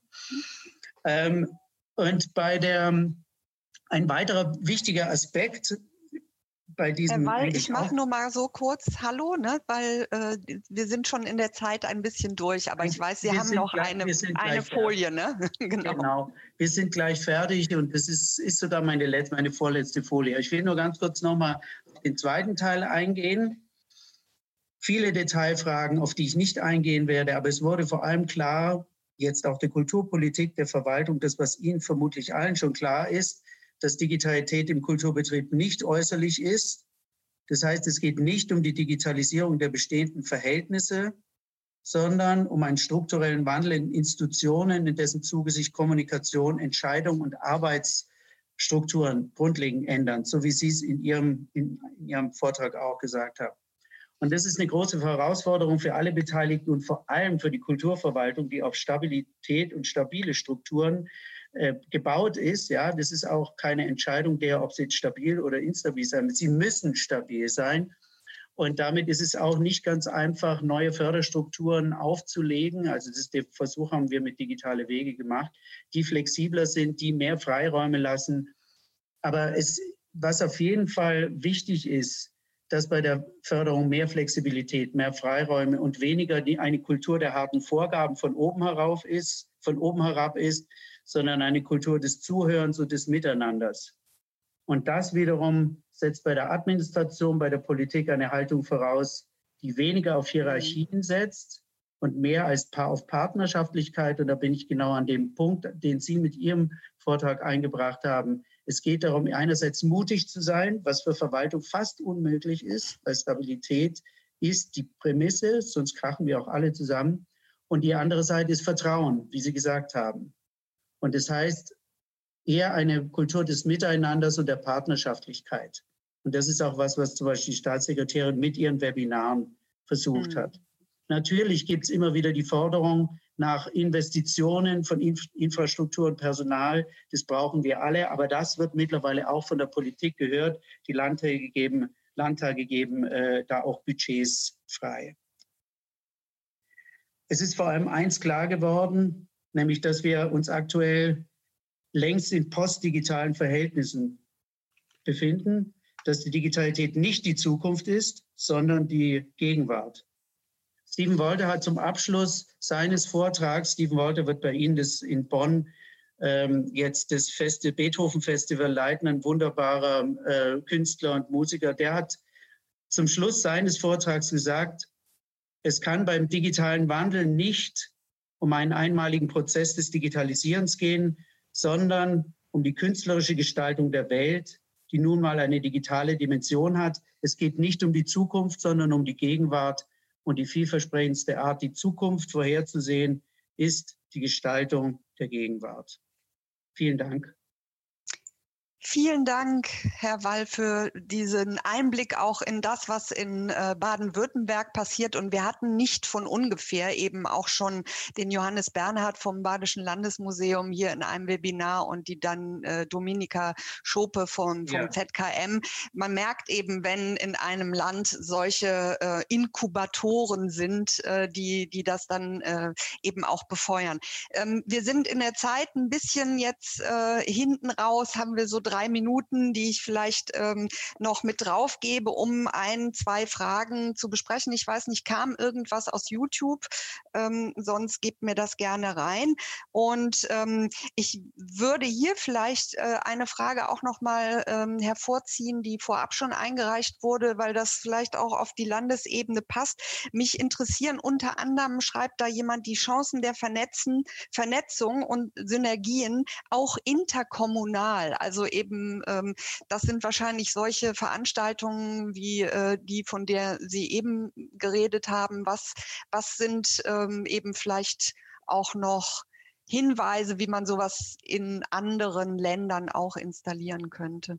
Ähm, und bei der, ein weiterer wichtiger Aspekt, bei diesem, weil ich mache nur mal so kurz Hallo, ne, weil äh, wir sind schon in der Zeit ein bisschen durch, aber ich weiß, Sie wir haben noch gleich, eine, eine Folie, ne? genau. genau, wir sind gleich fertig und das ist, ist sogar meine, letzte, meine vorletzte Folie. Ich will nur ganz kurz nochmal auf den zweiten Teil eingehen. Viele Detailfragen, auf die ich nicht eingehen werde, aber es wurde vor allem klar, jetzt auch der Kulturpolitik, der Verwaltung, das, was Ihnen vermutlich allen schon klar ist, dass Digitalität im Kulturbetrieb nicht äußerlich ist. Das heißt, es geht nicht um die Digitalisierung der bestehenden Verhältnisse, sondern um einen strukturellen Wandel in Institutionen, in dessen Zuge sich Kommunikation, Entscheidung und Arbeitsstrukturen grundlegend ändern, so wie Sie es in Ihrem, in, in Ihrem Vortrag auch gesagt haben. Und das ist eine große Herausforderung für alle Beteiligten und vor allem für die Kulturverwaltung, die auf Stabilität und stabile Strukturen äh, gebaut ist. Ja, das ist auch keine Entscheidung der, ob sie jetzt stabil oder instabil sein. Sie müssen stabil sein. Und damit ist es auch nicht ganz einfach, neue Förderstrukturen aufzulegen. Also das ist der Versuch, haben wir mit Digitale Wege gemacht, die flexibler sind, die mehr Freiräume lassen. Aber es, was auf jeden Fall wichtig ist, dass bei der Förderung mehr Flexibilität, mehr Freiräume und weniger die, eine Kultur der harten Vorgaben von oben herauf ist, von oben herab ist, sondern eine Kultur des Zuhörens und des Miteinanders. Und das wiederum setzt bei der Administration, bei der Politik eine Haltung voraus, die weniger auf Hierarchien setzt und mehr als auf Partnerschaftlichkeit. Und da bin ich genau an dem Punkt, den Sie mit Ihrem Vortrag eingebracht haben, Es geht darum, einerseits mutig zu sein, was für Verwaltung fast unmöglich ist, weil Stabilität ist die Prämisse, sonst krachen wir auch alle zusammen. Und die andere Seite ist Vertrauen, wie Sie gesagt haben. Und das heißt eher eine Kultur des Miteinanders und der Partnerschaftlichkeit. Und das ist auch was, was zum Beispiel die Staatssekretärin mit ihren Webinaren versucht mhm. hat. Natürlich gibt es immer wieder die Forderung nach Investitionen von Inf- Infrastruktur und Personal. Das brauchen wir alle. Aber das wird mittlerweile auch von der Politik gehört. Die Landtage geben, Landtage geben äh, da auch Budgets frei. Es ist vor allem eins klar geworden, nämlich, dass wir uns aktuell längst in postdigitalen Verhältnissen befinden, dass die Digitalität nicht die Zukunft ist, sondern die Gegenwart. Stephen Walter hat zum Abschluss seines Vortrags, Stephen Walter wird bei Ihnen das in Bonn ähm, jetzt das Feste, Beethoven-Festival leiten, ein wunderbarer äh, Künstler und Musiker, der hat zum Schluss seines Vortrags gesagt, es kann beim digitalen Wandel nicht um einen einmaligen Prozess des Digitalisierens gehen, sondern um die künstlerische Gestaltung der Welt, die nun mal eine digitale Dimension hat. Es geht nicht um die Zukunft, sondern um die Gegenwart. Und die vielversprechendste Art, die Zukunft vorherzusehen, ist die Gestaltung der Gegenwart. Vielen Dank. Vielen Dank, Herr Wall, für diesen Einblick auch in das, was in äh, Baden-Württemberg passiert. Und wir hatten nicht von ungefähr eben auch schon den Johannes Bernhard vom Badischen Landesmuseum hier in einem Webinar und die dann äh, Dominika Schope vom, vom ja. Z K M. Man merkt eben, wenn in einem Land solche äh, Inkubatoren sind, äh, die, die das dann äh, eben auch befeuern. Ähm, wir sind in der Zeit ein bisschen jetzt äh, hinten raus, haben wir so drei Minuten, die ich vielleicht ähm, noch mit drauf gebe, um ein, zwei Fragen zu besprechen. Ich weiß nicht, kam irgendwas aus YouTube? Ähm, sonst gebt mir das gerne rein. Und ähm, ich würde hier vielleicht äh, eine Frage auch noch mal ähm, hervorziehen, die vorab schon eingereicht wurde, weil das vielleicht auch auf die Landesebene passt. Mich interessieren unter anderem, schreibt da jemand, die Chancen der Vernetzen, Vernetzung und Synergien auch interkommunal, also eben ähm, das sind wahrscheinlich solche Veranstaltungen wie äh, die, von der Sie eben geredet haben. Was, was sind ähm, eben vielleicht auch noch Hinweise, wie man sowas in anderen Ländern auch installieren könnte?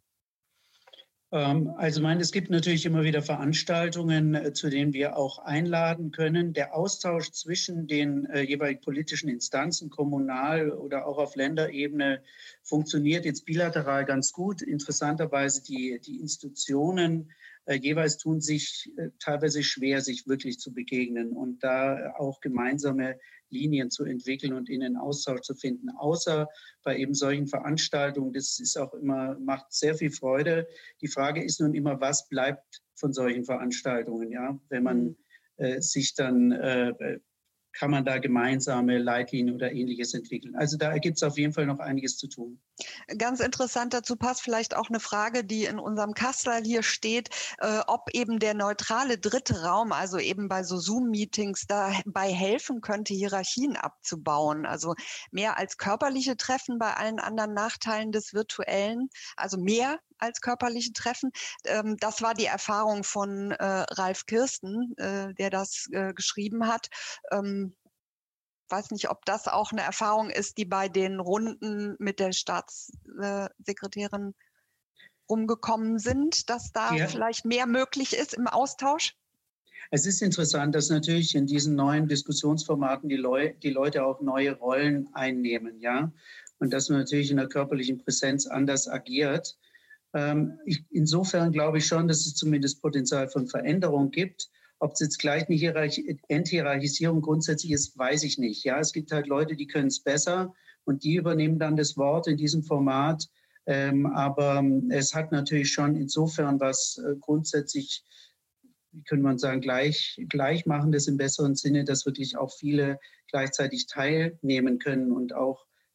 Also ich meine, es gibt natürlich immer wieder Veranstaltungen, zu denen wir auch einladen können. Der Austausch zwischen den äh, jeweiligen politischen Instanzen, kommunal oder auch auf Länderebene, funktioniert jetzt bilateral ganz gut. Interessanterweise die, die Institutionen äh, jeweils tun sich äh, teilweise schwer, sich wirklich zu begegnen und da auch gemeinsame Linien zu entwickeln und in den Austausch zu finden, außer bei eben solchen Veranstaltungen. Das ist auch immer, macht sehr viel Freude. Die Frage ist nun immer, was bleibt von solchen Veranstaltungen, ja? Wenn man äh, sich dann, äh, kann man da gemeinsame Leitlinien oder Ähnliches entwickeln. Also da gibt es auf jeden Fall noch einiges zu tun. Ganz interessant, dazu passt vielleicht auch eine Frage, die in unserem Kastel hier steht, äh, ob eben der neutrale dritte Raum, also eben bei so Zoom-Meetings, dabei helfen könnte, Hierarchien abzubauen. Also mehr als körperliche Treffen bei allen anderen Nachteilen des Virtuellen, also mehr als körperliche Treffen. Ähm, das war die Erfahrung von äh, Ralf Kirsten, äh, der das äh, geschrieben hat. Ähm, weiß nicht, ob das auch eine Erfahrung ist, die bei den Runden mit der Staatssekretärin rumgekommen sind, dass da ja. vielleicht mehr möglich ist im Austausch? Es ist interessant, dass natürlich in diesen neuen Diskussionsformaten die, Leu- die Leute auch neue Rollen einnehmen, ja, und dass man natürlich in der körperlichen Präsenz anders agiert. Ähm, ich, insofern glaube ich schon, dass es zumindest Potenzial von Veränderung gibt. Ob es jetzt gleich eine Hierarchie, Enthierarchisierung grundsätzlich ist, weiß ich nicht. Ja, es gibt halt Leute, die können es besser und die übernehmen dann das Wort in diesem Format. Ähm, aber es hat natürlich schon insofern was äh, grundsätzlich, wie könnte man sagen, gleich, Gleichmachendes im besseren Sinne, dass wirklich auch viele gleichzeitig teilnehmen können und auch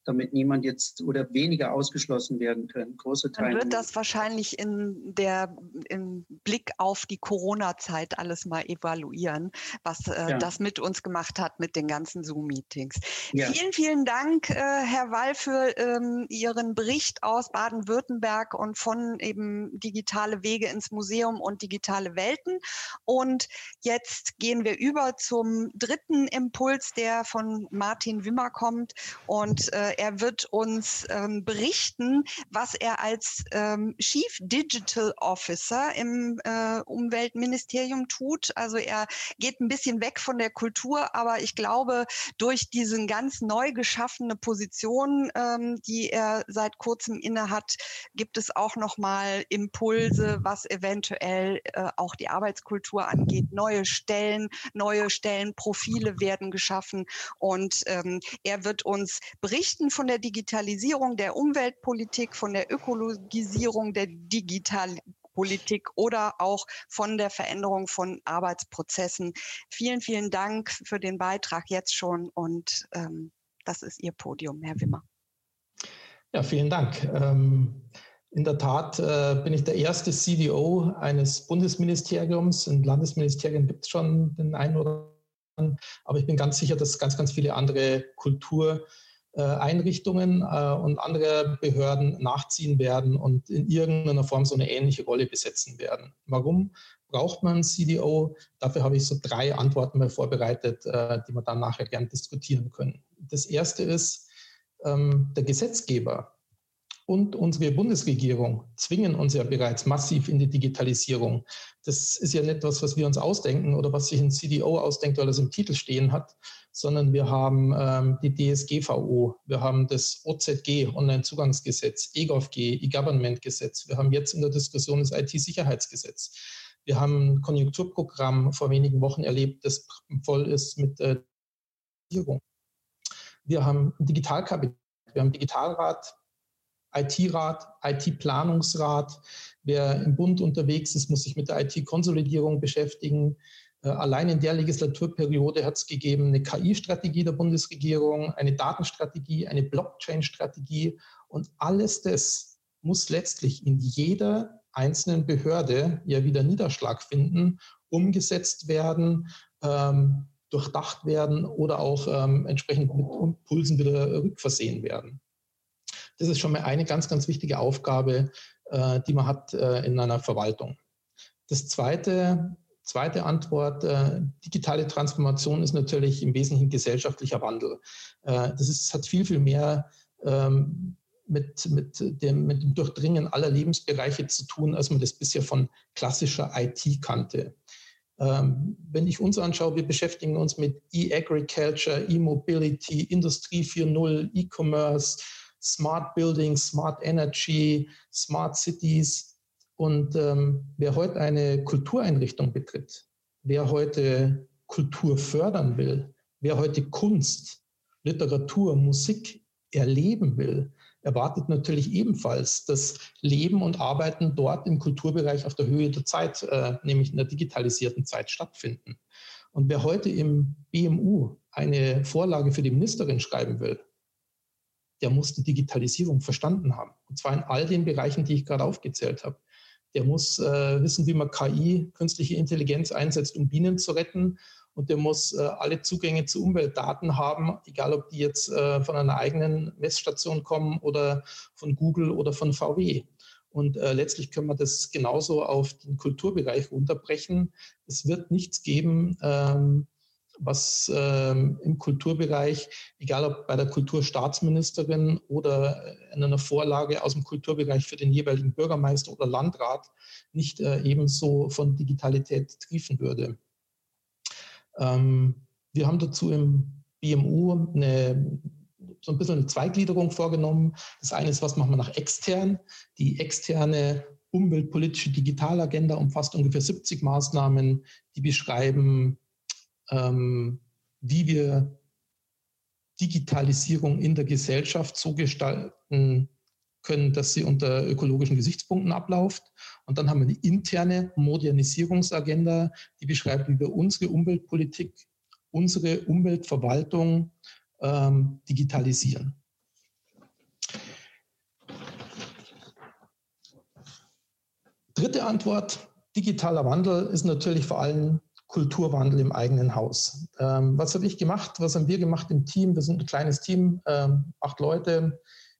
damit niemand jetzt oder weniger ausgeschlossen werden können. Große Teile. Dann wird das wahrscheinlich in der, im Blick auf die Corona-Zeit alles mal evaluieren, was äh, ja. das mit uns gemacht hat mit den ganzen Zoom-Meetings. Ja. Vielen, vielen Dank, äh, Herr Wall, für ähm, Ihren Bericht aus Baden-Württemberg und von eben digitale Wege ins Museum und digitale Welten. Und jetzt gehen wir über zum dritten Impuls, der von Martin Wimmer kommt. Und äh, er wird uns ähm, berichten, was er als ähm, Chief Digital Officer im äh, Umweltministerium tut. Also er geht ein bisschen weg von der Kultur, aber ich glaube, durch diese ganz neu geschaffene Position, ähm, die er seit kurzem innehat, gibt es auch nochmal Impulse, was eventuell äh, auch die Arbeitskultur angeht. Neue Stellen, neue Stellenprofile werden geschaffen und ähm, er wird uns berichten von der Digitalisierung der Umweltpolitik, von der Ökologisierung der Digitalpolitik oder auch von der Veränderung von Arbeitsprozessen. Vielen, vielen Dank für den Beitrag jetzt schon und ähm, das ist Ihr Podium, Herr Wimmer. Ja, vielen Dank. Ähm, in der Tat äh, bin ich der erste C D O eines Bundesministeriums. In Landesministerien gibt es schon den einen oder anderen, aber ich bin ganz sicher, dass ganz, ganz viele andere Kultur Einrichtungen äh, und andere Behörden nachziehen werden und in irgendeiner Form so eine ähnliche Rolle besetzen werden. Warum braucht man einen C D O? Dafür habe ich so drei Antworten mal vorbereitet, äh, die wir dann nachher gerne diskutieren können. Das erste ist, ähm, der Gesetzgeber und unsere Bundesregierung zwingen uns ja bereits massiv in die Digitalisierung. Das ist ja nicht was, was wir uns ausdenken oder was sich ein C D O ausdenkt, weil es im Titel stehen hat, sondern wir haben ähm, die D S G V O, wir haben das O Z G, Onlinezugangsgesetz, E G O V G, E-Government-Gesetz, wir haben jetzt in der Diskussion das I T-Sicherheitsgesetz. Wir haben ein Konjunkturprogramm vor wenigen Wochen erlebt, das voll ist mit äh, Digitalisierung. Wir haben ein Digitalkabinett, wir haben einen Digitalrat, I T-Rat, I T-Planungsrat. Wer im Bund unterwegs ist, muss sich mit der I T-Konsolidierung beschäftigen. Äh, allein in der Legislaturperiode hat es gegeben eine K I-Strategie der Bundesregierung, eine Datenstrategie, eine Blockchain-Strategie. Und alles das muss letztlich in jeder einzelnen Behörde ja wieder Niederschlag finden, umgesetzt werden, ähm, durchdacht werden oder auch ähm, entsprechend mit Impulsen wieder rückversehen werden. Das ist schon mal eine ganz, ganz wichtige Aufgabe, äh, die man hat äh, in einer Verwaltung. Das zweite, zweite Antwort, äh, digitale Transformation ist natürlich im Wesentlichen gesellschaftlicher Wandel. Äh, das ist, hat viel, viel mehr ähm, mit, mit, dem, mit dem Durchdringen aller Lebensbereiche zu tun, als man das bisher von klassischer I T kannte. Ähm, wenn ich uns anschaue, wir beschäftigen uns mit E-Agriculture, E-Mobility, Industrie vier Punkt null, E-Commerce, Smart Buildings, Smart Energy, Smart Cities. Und ähm, wer heute eine Kultureinrichtung betritt, wer heute Kultur fördern will, wer heute Kunst, Literatur, Musik erleben will, erwartet natürlich ebenfalls, dass Leben und Arbeiten dort im Kulturbereich auf der Höhe der Zeit, äh, nämlich in der digitalisierten Zeit, stattfinden. Und wer heute im B M U eine Vorlage für die Ministerin schreiben will, der muss die Digitalisierung verstanden haben. Und zwar in all den Bereichen, die ich gerade aufgezählt habe. Der muss äh, wissen, wie man K I, künstliche Intelligenz einsetzt, um Bienen zu retten. Und der muss äh, alle Zugänge zu Umweltdaten haben, egal ob die jetzt äh, von einer eigenen Messstation kommen oder von Google oder von V W. Und äh, letztlich können wir das genauso auf den Kulturbereich runterbrechen. Es wird nichts geben, ähm, was ähm, im Kulturbereich, egal ob bei der Kulturstaatsministerin oder in einer Vorlage aus dem Kulturbereich für den jeweiligen Bürgermeister oder Landrat, nicht äh, ebenso von Digitalität triefen würde. Ähm, wir haben dazu im B M U eine, so ein bisschen eine Zweigliederung vorgenommen. Das eine ist, was machen wir nach extern? Die externe umweltpolitische Digitalagenda umfasst ungefähr siebzig Maßnahmen, die beschreiben, ähm, wie wir Digitalisierung in der Gesellschaft so gestalten können, dass sie unter ökologischen Gesichtspunkten abläuft. Und dann haben wir die interne Modernisierungsagenda, die beschreibt, wie wir unsere Umweltpolitik, unsere Umweltverwaltung ähm, digitalisieren. Dritte Antwort, digitaler Wandel ist natürlich vor allem Kulturwandel im eigenen Haus. Ähm, was habe ich gemacht? Was haben wir gemacht im Team? Wir sind ein kleines Team, ähm, acht Leute.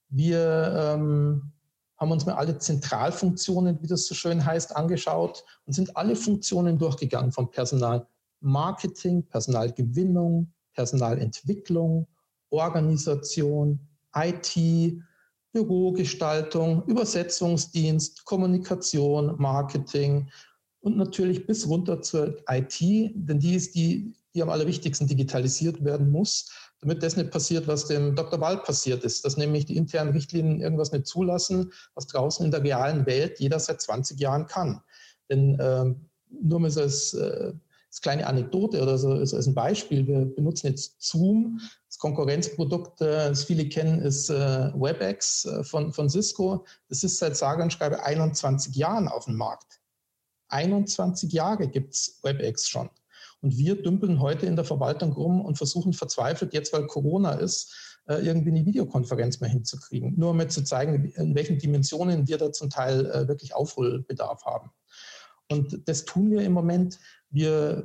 Wir ähm, haben uns mal alle Zentralfunktionen, wie das so schön heißt, angeschaut und sind alle Funktionen durchgegangen, von Personalmarketing, Personalgewinnung, Personalentwicklung, Organisation, I T, Bürogestaltung, Übersetzungsdienst, Kommunikation, Marketing und natürlich bis runter zur I T, denn die ist die, die am allerwichtigsten digitalisiert werden muss, damit das nicht passiert, was dem Doktor Wald passiert ist, dass nämlich die internen Richtlinien irgendwas nicht zulassen, was draußen in der realen Welt jeder seit zwanzig Jahren kann. Denn äh, nur mal so als, äh, als kleine Anekdote oder so als ein Beispiel, wir benutzen jetzt Zoom, das Konkurrenzprodukt, äh, das viele kennen, ist äh, WebEx äh, von, von Cisco. Das ist seit sage und schreibe einundzwanzig Jahren auf dem Markt. einundzwanzig Jahre gibt es WebEx schon. Und wir dümpeln heute in der Verwaltung rum und versuchen verzweifelt, jetzt weil Corona ist, irgendwie eine Videokonferenz mehr hinzukriegen. Nur um mir zu zeigen, in welchen Dimensionen wir da zum Teil wirklich Aufholbedarf haben. Und das tun wir im Moment. Wir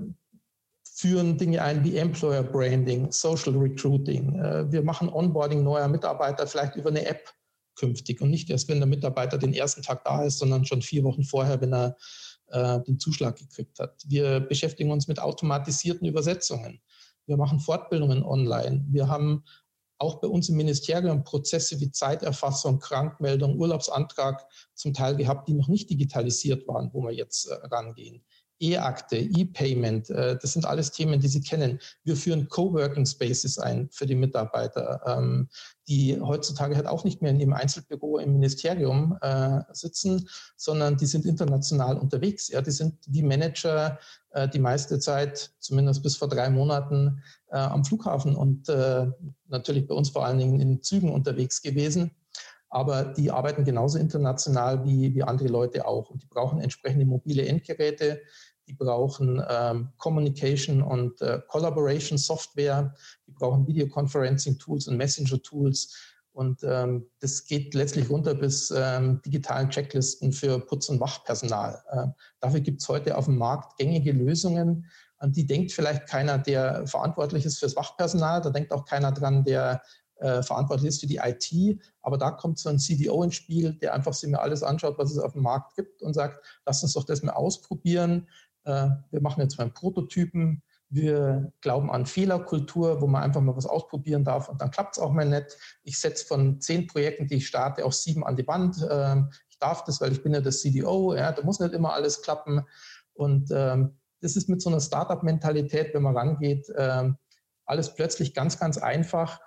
führen Dinge ein wie Employer Branding, Social Recruiting. Wir machen Onboarding neuer Mitarbeiter vielleicht über eine App künftig und nicht erst, wenn der Mitarbeiter den ersten Tag da ist, sondern schon vier Wochen vorher, wenn er den Zuschlag gekriegt hat. Wir beschäftigen uns mit automatisierten Übersetzungen. Wir machen Fortbildungen online. Wir haben auch bei uns im Ministerium Prozesse wie Zeiterfassung, Krankmeldung, Urlaubsantrag zum Teil gehabt, die noch nicht digitalisiert waren, wo wir jetzt rangehen. E-Akte, E-Payment, das sind alles Themen, die Sie kennen. Wir führen Coworking Spaces ein für die Mitarbeiter, die heutzutage halt auch nicht mehr in ihrem Einzelbüro im Ministerium sitzen, sondern die sind international unterwegs. Ja, die sind wie Manager die meiste Zeit, zumindest bis vor drei Monaten, am Flughafen und natürlich bei uns vor allen Dingen in Zügen unterwegs gewesen. Aber die arbeiten genauso international wie, wie andere Leute auch. Und die brauchen entsprechende mobile Endgeräte, die brauchen ähm, Communication und äh, Collaboration Software, die brauchen Videoconferencing Tools und Messenger Tools. Und ähm, das geht letztlich runter bis ähm, digitalen Checklisten für Putz- und Wachpersonal. Äh, dafür gibt es heute auf dem Markt gängige Lösungen, an die denkt vielleicht keiner, der verantwortlich ist fürs Wachpersonal. Da denkt auch keiner dran, der Äh, verantwortlich ist für die I T, aber da kommt so ein C D O ins Spiel, der einfach sich mir alles anschaut, was es auf dem Markt gibt und sagt, lass uns doch das mal ausprobieren. Äh, wir machen jetzt mal einen Prototypen. Wir glauben an Fehlerkultur, wo man einfach mal was ausprobieren darf und dann klappt es auch mal nicht. Ich setze von zehn Projekten, die ich starte, auch sieben an die Wand. Äh, ich darf das, weil ich bin ja der C D O. Ja, da muss nicht immer alles klappen. Und ähm, das ist mit so einer Startup-Mentalität, wenn man rangeht, äh, alles plötzlich ganz, ganz einfach.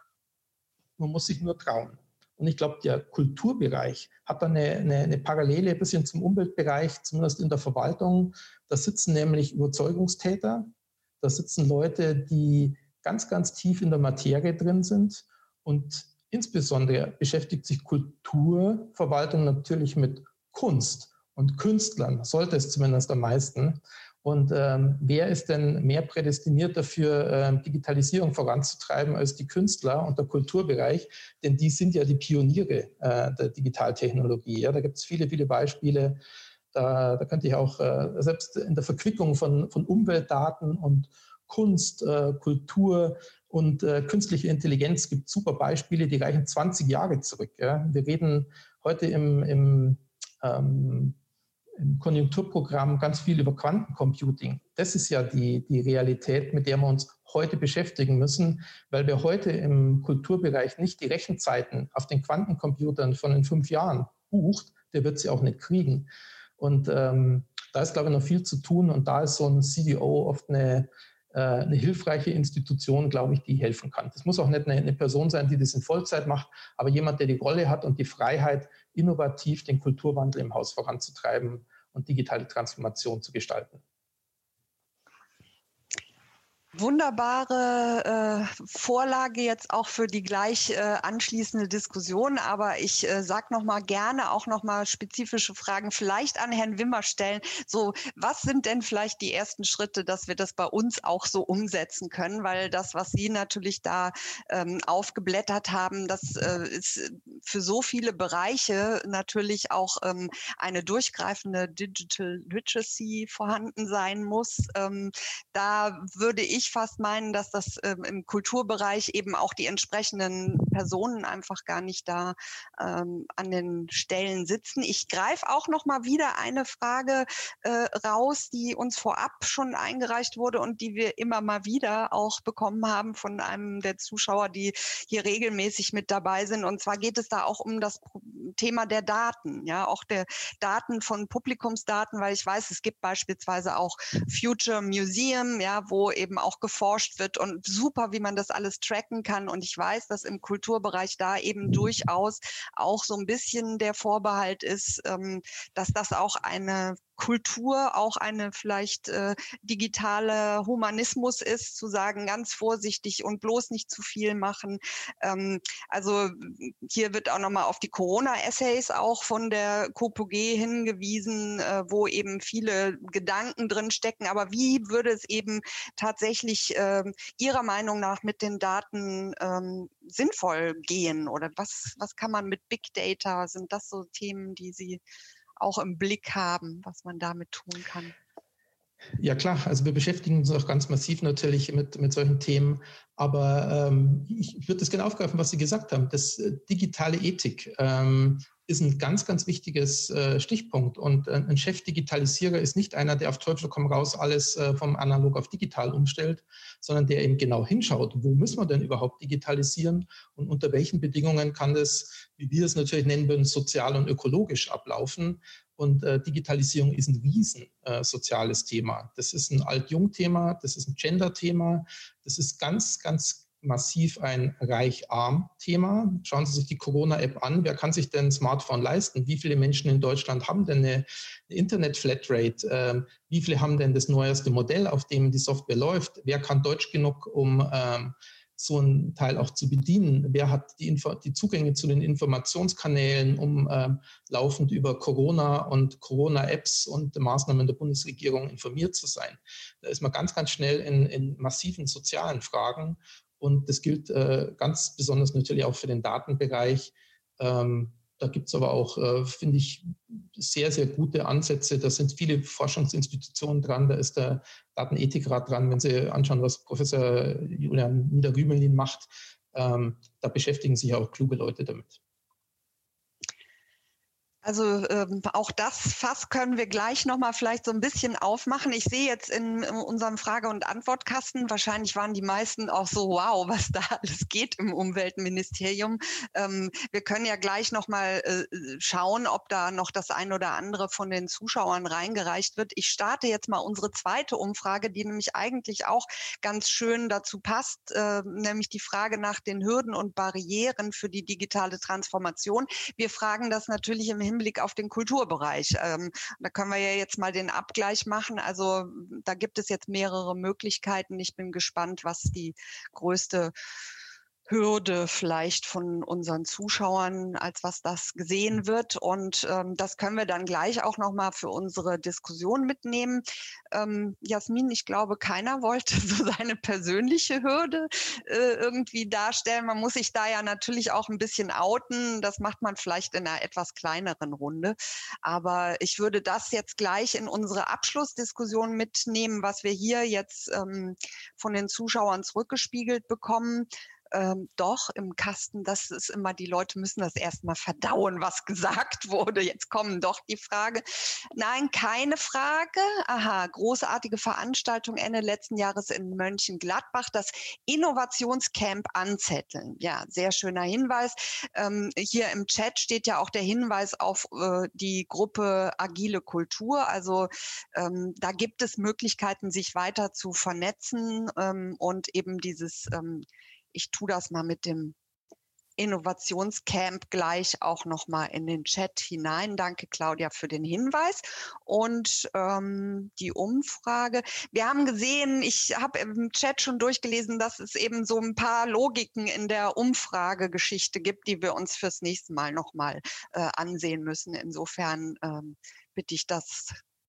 Man muss sich nur trauen. Und ich glaube, der Kulturbereich hat da eine, eine, eine Parallele ein bisschen zum Umweltbereich, zumindest in der Verwaltung. Da sitzen nämlich Überzeugungstäter, da sitzen Leute, die ganz, ganz tief in der Materie drin sind. Und insbesondere beschäftigt sich Kulturverwaltung natürlich mit Kunst und Künstlern, sollte es zumindest am meisten. Und ähm, wer ist denn mehr prädestiniert dafür, ähm, Digitalisierung voranzutreiben als die Künstler und der Kulturbereich? Denn die sind ja die Pioniere äh, der Digitaltechnologie. Ja? Da gibt es viele, viele Beispiele. Da, da könnte ich auch äh, selbst in der Verquickung von, von Umweltdaten und Kunst, äh, Kultur und äh, künstliche Intelligenz gibt super Beispiele, die reichen zwanzig Jahre zurück. Ja? Wir reden heute im, im ähm, im Konjunkturprogramm ganz viel über Quantencomputing. Das ist ja die, die Realität, mit der wir uns heute beschäftigen müssen, weil wir heute im Kulturbereich nicht die Rechenzeiten auf den Quantencomputern von in fünf Jahren bucht, der wird sie auch nicht kriegen. Und ähm, da ist, glaube ich, noch viel zu tun und da ist so ein C D O oft eine, äh, eine hilfreiche Institution, glaube ich, die helfen kann. Das muss auch nicht eine, eine Person sein, die das in Vollzeit macht, aber jemand, der die Rolle hat und die Freiheit, innovativ den Kulturwandel im Haus voranzutreiben und digitale Transformation zu gestalten. Wunderbare äh, Vorlage jetzt auch für die gleich äh, anschließende Diskussion, aber ich äh, sag noch mal gerne auch noch mal spezifische Fragen vielleicht an Herrn Wimmer stellen. So, was sind denn vielleicht die ersten Schritte, dass wir das bei uns auch so umsetzen können? Weil das, was Sie natürlich da ähm, aufgeblättert haben, das äh, ist für so viele Bereiche natürlich auch ähm, eine durchgreifende Digital Literacy vorhanden sein muss. Ähm, da würde ich Ich fast meinen, dass das ähm, im Kulturbereich eben auch die entsprechenden Personen einfach gar nicht da ähm, an den Stellen sitzen. Ich greife auch noch mal wieder eine Frage äh, raus, die uns vorab schon eingereicht wurde und die wir immer mal wieder auch bekommen haben von einem der Zuschauer, die hier regelmäßig mit dabei sind. Und zwar geht es da auch um das Thema der Daten, ja, auch der Daten von Publikumsdaten, weil ich weiß, es gibt beispielsweise auch Future Museum, ja, wo eben auch geforscht wird und super, wie man das alles tracken kann. Und ich weiß, dass im Kulturbereich da eben durchaus auch so ein bisschen der Vorbehalt ist, ähm, dass das auch eine Kultur, auch eine vielleicht äh, digitale Humanismus ist, zu sagen, ganz vorsichtig und bloß nicht zu viel machen. Ähm, also hier wird auch nochmal auf die Corona-Essays auch von der K P G hingewiesen, äh, wo eben viele Gedanken drin stecken. Aber wie würde es eben tatsächlich äh, Ihrer Meinung nach mit den Daten ähm, sinnvoll gehen? Oder was, was kann man mit Big Data? Sind das so Themen, die Sie auch im Blick haben, was man damit tun kann? Ja klar, also wir beschäftigen uns auch ganz massiv natürlich mit, mit solchen Themen, aber ähm, ich würde das gerne aufgreifen, was Sie gesagt haben. Das äh, digitale Ethik ähm, ist ein ganz, ganz wichtiges äh, Stichpunkt und äh, ein Chefdigitalisierer ist nicht einer, der auf Teufel komm raus alles äh, vom Analog auf digital umstellt, sondern der eben genau hinschaut, wo müssen wir denn überhaupt digitalisieren und unter welchen Bedingungen kann das, wie wir es natürlich nennen würden, sozial und ökologisch ablaufen. Und äh, Digitalisierung ist ein riesen äh, soziales Thema. Das ist ein Alt-Jung-Thema, das ist ein Gender-Thema, das ist ganz, ganz massiv ein Reich-Arm-Thema. Schauen Sie sich die Corona-App an. Wer kann sich denn ein Smartphone leisten? Wie viele Menschen in Deutschland haben denn eine, eine Internet-Flatrate? Ähm, wie viele haben denn das neueste Modell, auf dem die Software läuft? Wer kann Deutsch genug, um ähm, so einen Teil auch zu bedienen? Wer hat die, Info- die Zugänge zu den Informationskanälen, um ähm, laufend über Corona und Corona-Apps und Maßnahmen der Bundesregierung informiert zu sein? Da ist man ganz, ganz schnell in, in massiven sozialen Fragen. Und das gilt äh, ganz besonders natürlich auch für den Datenbereich. Ähm, da gibt es aber auch, äh, finde ich, sehr, sehr gute Ansätze. Da sind viele Forschungsinstitutionen dran. Da ist der Datenethikrat dran. Wenn Sie anschauen, was Professor Julian Nieder-Rümelin macht, ähm, da beschäftigen sich auch kluge Leute damit. Also ähm, auch das Fass können wir gleich nochmal vielleicht so ein bisschen aufmachen. Ich sehe jetzt in, in unserem Frage- und Antwortkasten, wahrscheinlich waren die meisten auch so, wow, was da alles geht im Umweltministerium. Ähm, wir können ja gleich nochmal äh, schauen, ob da noch das ein oder andere von den Zuschauern reingereicht wird. Ich starte jetzt mal unsere zweite Umfrage, die nämlich eigentlich auch ganz schön dazu passt, äh, nämlich die Frage nach den Hürden und Barrieren für die digitale Transformation. Wir fragen das natürlich im Hinblick auf den Kulturbereich. Ähm, da können wir ja jetzt mal den Abgleich machen. Also da gibt es jetzt mehrere Möglichkeiten. Ich bin gespannt, was die größte Hürde vielleicht von unseren Zuschauern, als was das gesehen wird. Und ähm, das können wir dann gleich auch nochmal für unsere Diskussion mitnehmen. Ähm, Jasmin, ich glaube, keiner wollte so seine persönliche Hürde äh, irgendwie darstellen. Man muss sich da ja natürlich auch ein bisschen outen. Das macht man vielleicht in einer etwas kleineren Runde. Aber ich würde das jetzt gleich in unsere Abschlussdiskussion mitnehmen, was wir hier jetzt ähm, von den Zuschauern zurückgespiegelt bekommen. Ähm, doch, im Kasten, das ist immer, die Leute müssen das erstmal verdauen, was gesagt wurde. Jetzt kommen doch die Frage. Nein, keine Frage. Aha, großartige Veranstaltung Ende letzten Jahres in Mönchengladbach, das Innovationscamp anzetteln. Ja, sehr schöner Hinweis. Ähm, hier im Chat steht ja auch der Hinweis auf äh, die Gruppe Agile Kultur. Also ähm, da gibt es Möglichkeiten, sich weiter zu vernetzen ähm, und eben dieses ähm, ich tue das mal mit dem Innovationscamp gleich auch nochmal in den Chat hinein. Danke, Claudia, für den Hinweis. Und ähm, die Umfrage. Wir haben gesehen, ich habe im Chat schon durchgelesen, dass es eben so ein paar Logiken in der Umfragegeschichte gibt, die wir uns fürs nächste Mal nochmal äh, ansehen müssen. Insofern ähm, bitte ich das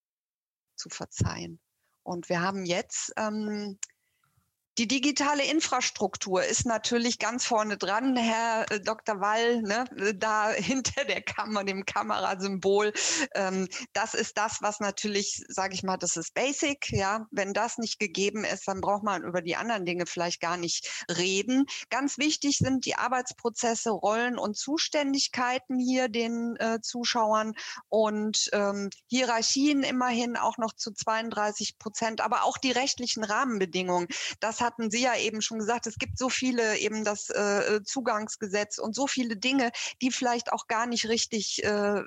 zu verzeihen. Und wir haben jetzt ähm, die digitale Infrastruktur ist natürlich ganz vorne dran, Herr äh, Doktor Wall, ne, da hinter der Kamera, dem Kamerasymbol. Ähm, das ist das, was natürlich, sage ich mal, das ist basic. Ja, wenn das nicht gegeben ist, dann braucht man über die anderen Dinge vielleicht gar nicht reden. Ganz wichtig sind die Arbeitsprozesse, Rollen und Zuständigkeiten hier den äh, Zuschauern und ähm, Hierarchien immerhin auch noch zu zweiunddreißig Prozent, aber auch die rechtlichen Rahmenbedingungen. Das hatten Sie ja eben schon gesagt, es gibt so viele, eben das äh, Zugangsgesetz und so viele Dinge, die vielleicht auch gar nicht richtig äh,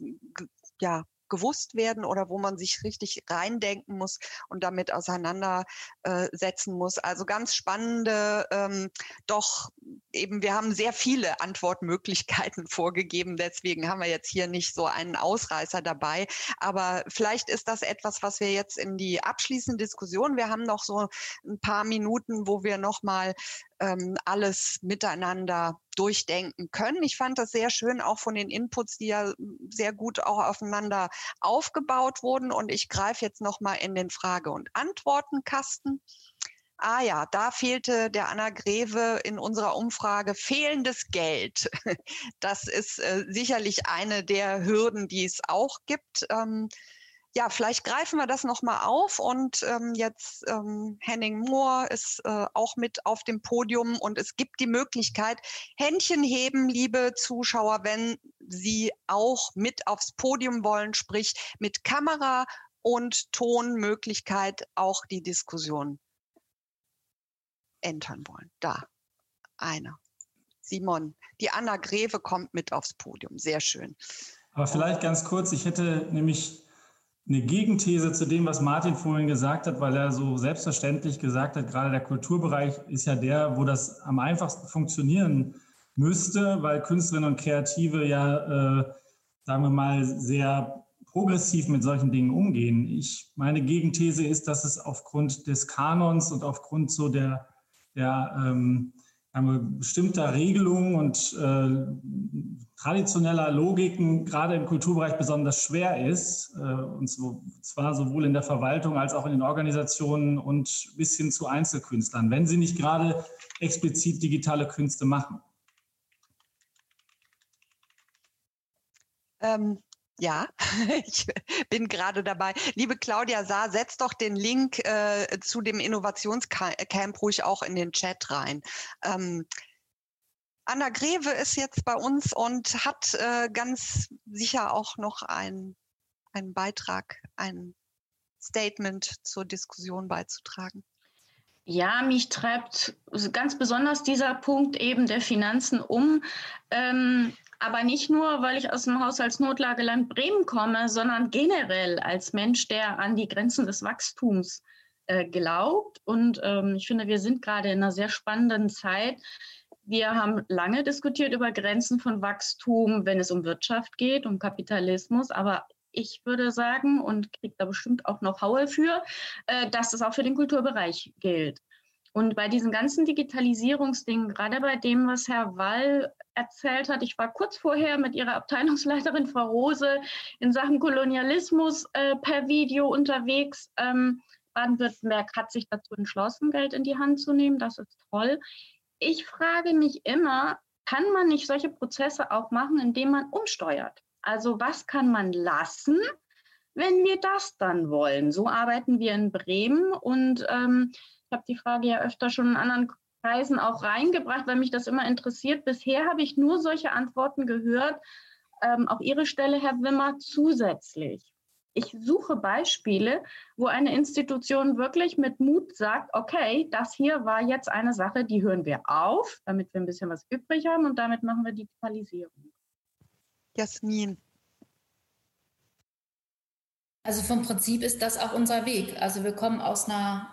ja, gewusst werden oder wo man sich richtig reindenken muss und damit auseinandersetzen muss. Also ganz spannende, ähm, doch eben, wir haben sehr viele Antwortmöglichkeiten vorgegeben, deswegen haben wir jetzt hier nicht so einen Ausreißer dabei, aber vielleicht ist das etwas, was wir jetzt in die abschließende Diskussion, wir haben noch so ein paar Minuten, wo wir nochmal ähm, alles miteinander durchdenken können. Ich fand das sehr schön, auch von den Inputs, die ja sehr gut auch aufeinander aufgebaut wurden. Und ich greife jetzt nochmal in den Frage- und Antwortenkasten. Ah ja, da fehlte der Anna Greve in unserer Umfrage fehlendes Geld. Das ist äh, sicherlich eine der Hürden, die es auch gibt. Ähm, Ja, vielleicht greifen wir das nochmal auf und ähm, jetzt ähm, Henning Mohr ist äh, auch mit auf dem Podium und es gibt die Möglichkeit, Händchen heben, liebe Zuschauer, wenn Sie auch mit aufs Podium wollen, sprich mit Kamera und Tonmöglichkeit auch die Diskussion entern wollen. Da, einer. Simon, die Anna Greve kommt mit aufs Podium, sehr schön. Aber vielleicht ganz kurz, ich hätte nämlich eine Gegenthese zu dem, was Martin vorhin gesagt hat, weil er so selbstverständlich gesagt hat, gerade der Kulturbereich ist ja der, wo das am einfachsten funktionieren müsste, weil Künstlerinnen und Kreative ja, äh, sagen wir mal, sehr progressiv mit solchen Dingen umgehen. Ich, meine Gegenthese ist, dass es aufgrund des Kanons und aufgrund so der, der ähm, bestimmter Regelungen und äh, traditioneller Logiken gerade im Kulturbereich besonders schwer ist, äh, und so, zwar sowohl in der Verwaltung als auch in den Organisationen und bis hin zu Einzelkünstlern, wenn sie nicht gerade explizit digitale Künste machen. Ähm. Ja, ich bin gerade dabei. Liebe Claudia Saar, setz doch den Link äh, zu dem Innovationscamp ruhig auch in den Chat rein. Ähm, Anna Greve ist jetzt bei uns und hat äh, ganz sicher auch noch ein, einen Beitrag, ein Statement zur Diskussion beizutragen. Ja, mich treibt ganz besonders dieser Punkt eben der Finanzen um. Ähm, aber nicht nur, weil ich aus dem Haushaltsnotlageland Bremen komme, sondern generell als Mensch, der an die Grenzen des Wachstums äh, glaubt. Und ähm, ich finde, wir sind gerade in einer sehr spannenden Zeit. Wir haben lange diskutiert über Grenzen von Wachstum, wenn es um Wirtschaft geht, um Kapitalismus. Aber ich würde sagen, und kriege da bestimmt auch noch Haue für, äh, dass das auch für den Kulturbereich gilt. Und bei diesen ganzen Digitalisierungsdingen, gerade bei dem, was Herr Wall erzählt hat, ich war kurz vorher mit Ihrer Abteilungsleiterin Frau Rose in Sachen Kolonialismus äh, per Video unterwegs. Ähm, Baden-Württemberg hat sich dazu entschlossen, Geld in die Hand zu nehmen. Das ist toll. Ich frage mich immer, kann man nicht solche Prozesse auch machen, indem man umsteuert? Also was kann man lassen, wenn wir das dann wollen? So arbeiten wir in Bremen und ähm, ich habe die Frage ja öfter schon in anderen Kreisen auch reingebracht, weil mich das immer interessiert. Bisher habe ich nur solche Antworten gehört, ähm, auch Ihre Stelle, Herr Wimmer, zusätzlich. Ich suche Beispiele, wo eine Institution wirklich mit Mut sagt, okay, das hier war jetzt eine Sache, die hören wir auf, damit wir ein bisschen was übrig haben und damit machen wir Digitalisierung. Jasmin. Also vom Prinzip ist das auch unser Weg. Also wir kommen aus einer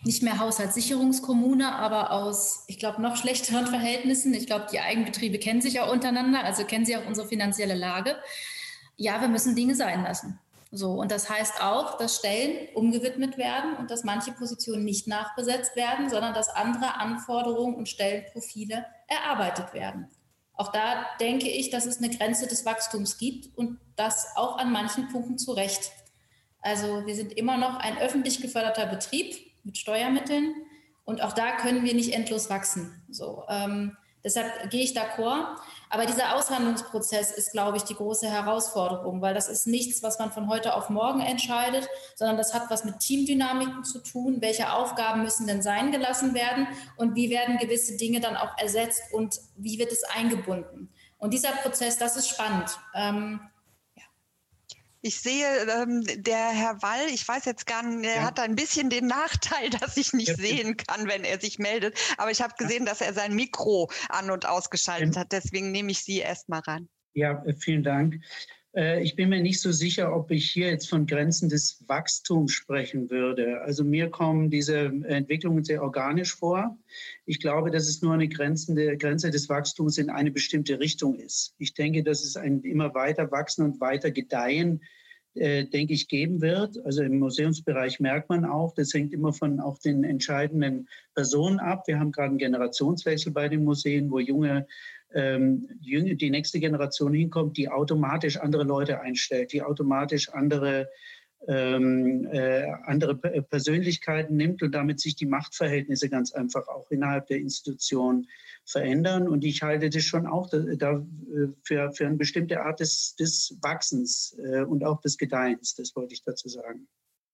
nicht mehr Haushaltssicherungskommune, aber aus, ich glaube, noch schlechteren Verhältnissen. Ich glaube, die Eigenbetriebe kennen sich auch untereinander, also kennen sie auch unsere finanzielle Lage. Ja, wir müssen Dinge sein lassen. So, und das heißt auch, dass Stellen umgewidmet werden und dass manche Positionen nicht nachbesetzt werden, sondern dass andere Anforderungen und Stellenprofile erarbeitet werden. Auch da denke ich, dass es eine Grenze des Wachstums gibt und das auch an manchen Punkten zu Recht. Also wir sind immer noch ein öffentlich geförderter Betrieb mit Steuermitteln und auch da können wir nicht endlos wachsen. So, ähm, deshalb gehe ich d'accord. Aber dieser Aushandlungsprozess ist, glaube ich, die große Herausforderung, weil das ist nichts, was man von heute auf morgen entscheidet, sondern das hat was mit Teamdynamiken zu tun. Welche Aufgaben müssen denn sein gelassen werden und wie werden gewisse Dinge dann auch ersetzt und wie wird es eingebunden? Und dieser Prozess, das ist spannend. Ähm, Ich sehe, ähm, der Herr Wall, ich weiß jetzt gar nicht, er ja. hat ein bisschen den Nachteil, dass ich nicht ja. sehen kann, wenn er sich meldet. Aber ich habe gesehen, dass er sein Mikro an- und ausgeschaltet hat. Deswegen nehme ich Sie erst mal ran. Ja, vielen Dank. Ich bin mir nicht so sicher, ob ich hier jetzt von Grenzen des Wachstums sprechen würde. Also mir kommen diese Entwicklungen sehr organisch vor. Ich glaube, dass es nur eine Grenze, Grenze des Wachstums in eine bestimmte Richtung ist. Ich denke, dass es ein immer weiter wachsen und weiter gedeihen, äh, denke ich, geben wird. Also im Museumsbereich merkt man auch, das hängt immer von auch den entscheidenden Personen ab. Wir haben gerade einen Generationswechsel bei den Museen, wo junge Ähm, die nächste Generation hinkommt, die automatisch andere Leute einstellt, die automatisch andere, ähm, äh, andere Persönlichkeiten nimmt und damit sich die Machtverhältnisse ganz einfach auch innerhalb der Institution verändern. Und ich halte das schon auch da, da für, für eine bestimmte Art des, des Wachsens äh, und auch des Gedeihens. Das wollte ich dazu sagen.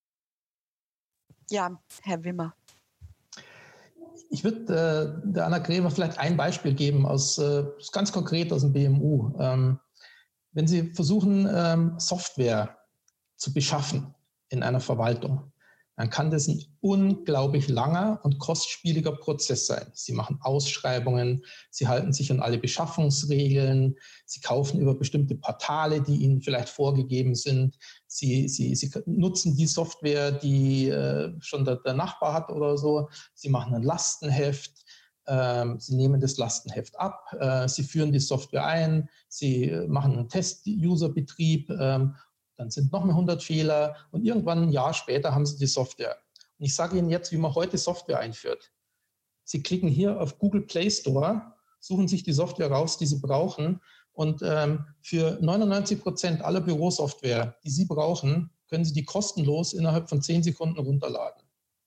Ja, Herr Wimmer. Ich würde äh, der Anna Kremer vielleicht ein Beispiel geben, aus, äh, ganz konkret aus dem B M U. Ähm, wenn Sie versuchen, ähm, Software zu beschaffen in einer Verwaltung, dann kann das ein unglaublich langer und kostspieliger Prozess sein. Sie machen Ausschreibungen, Sie halten sich an alle Beschaffungsregeln, Sie kaufen über bestimmte Portale, die Ihnen vielleicht vorgegeben sind. Sie, Sie, Sie nutzen die Software, die äh, schon der, der Nachbar hat oder so. Sie machen ein Lastenheft, ähm, Sie nehmen das Lastenheft ab, äh, Sie führen die Software ein, Sie machen einen Test-User-Betrieb, ähm, dann sind noch mehr hundert Fehler und irgendwann ein Jahr später haben Sie die Software. Und ich sage Ihnen jetzt, wie man heute Software einführt. Sie klicken hier auf Google Play Store, suchen sich die Software raus, die Sie brauchen und ähm, für neunundneunzig Prozent aller Bürosoftware, die Sie brauchen, können Sie die kostenlos innerhalb von zehn Sekunden runterladen.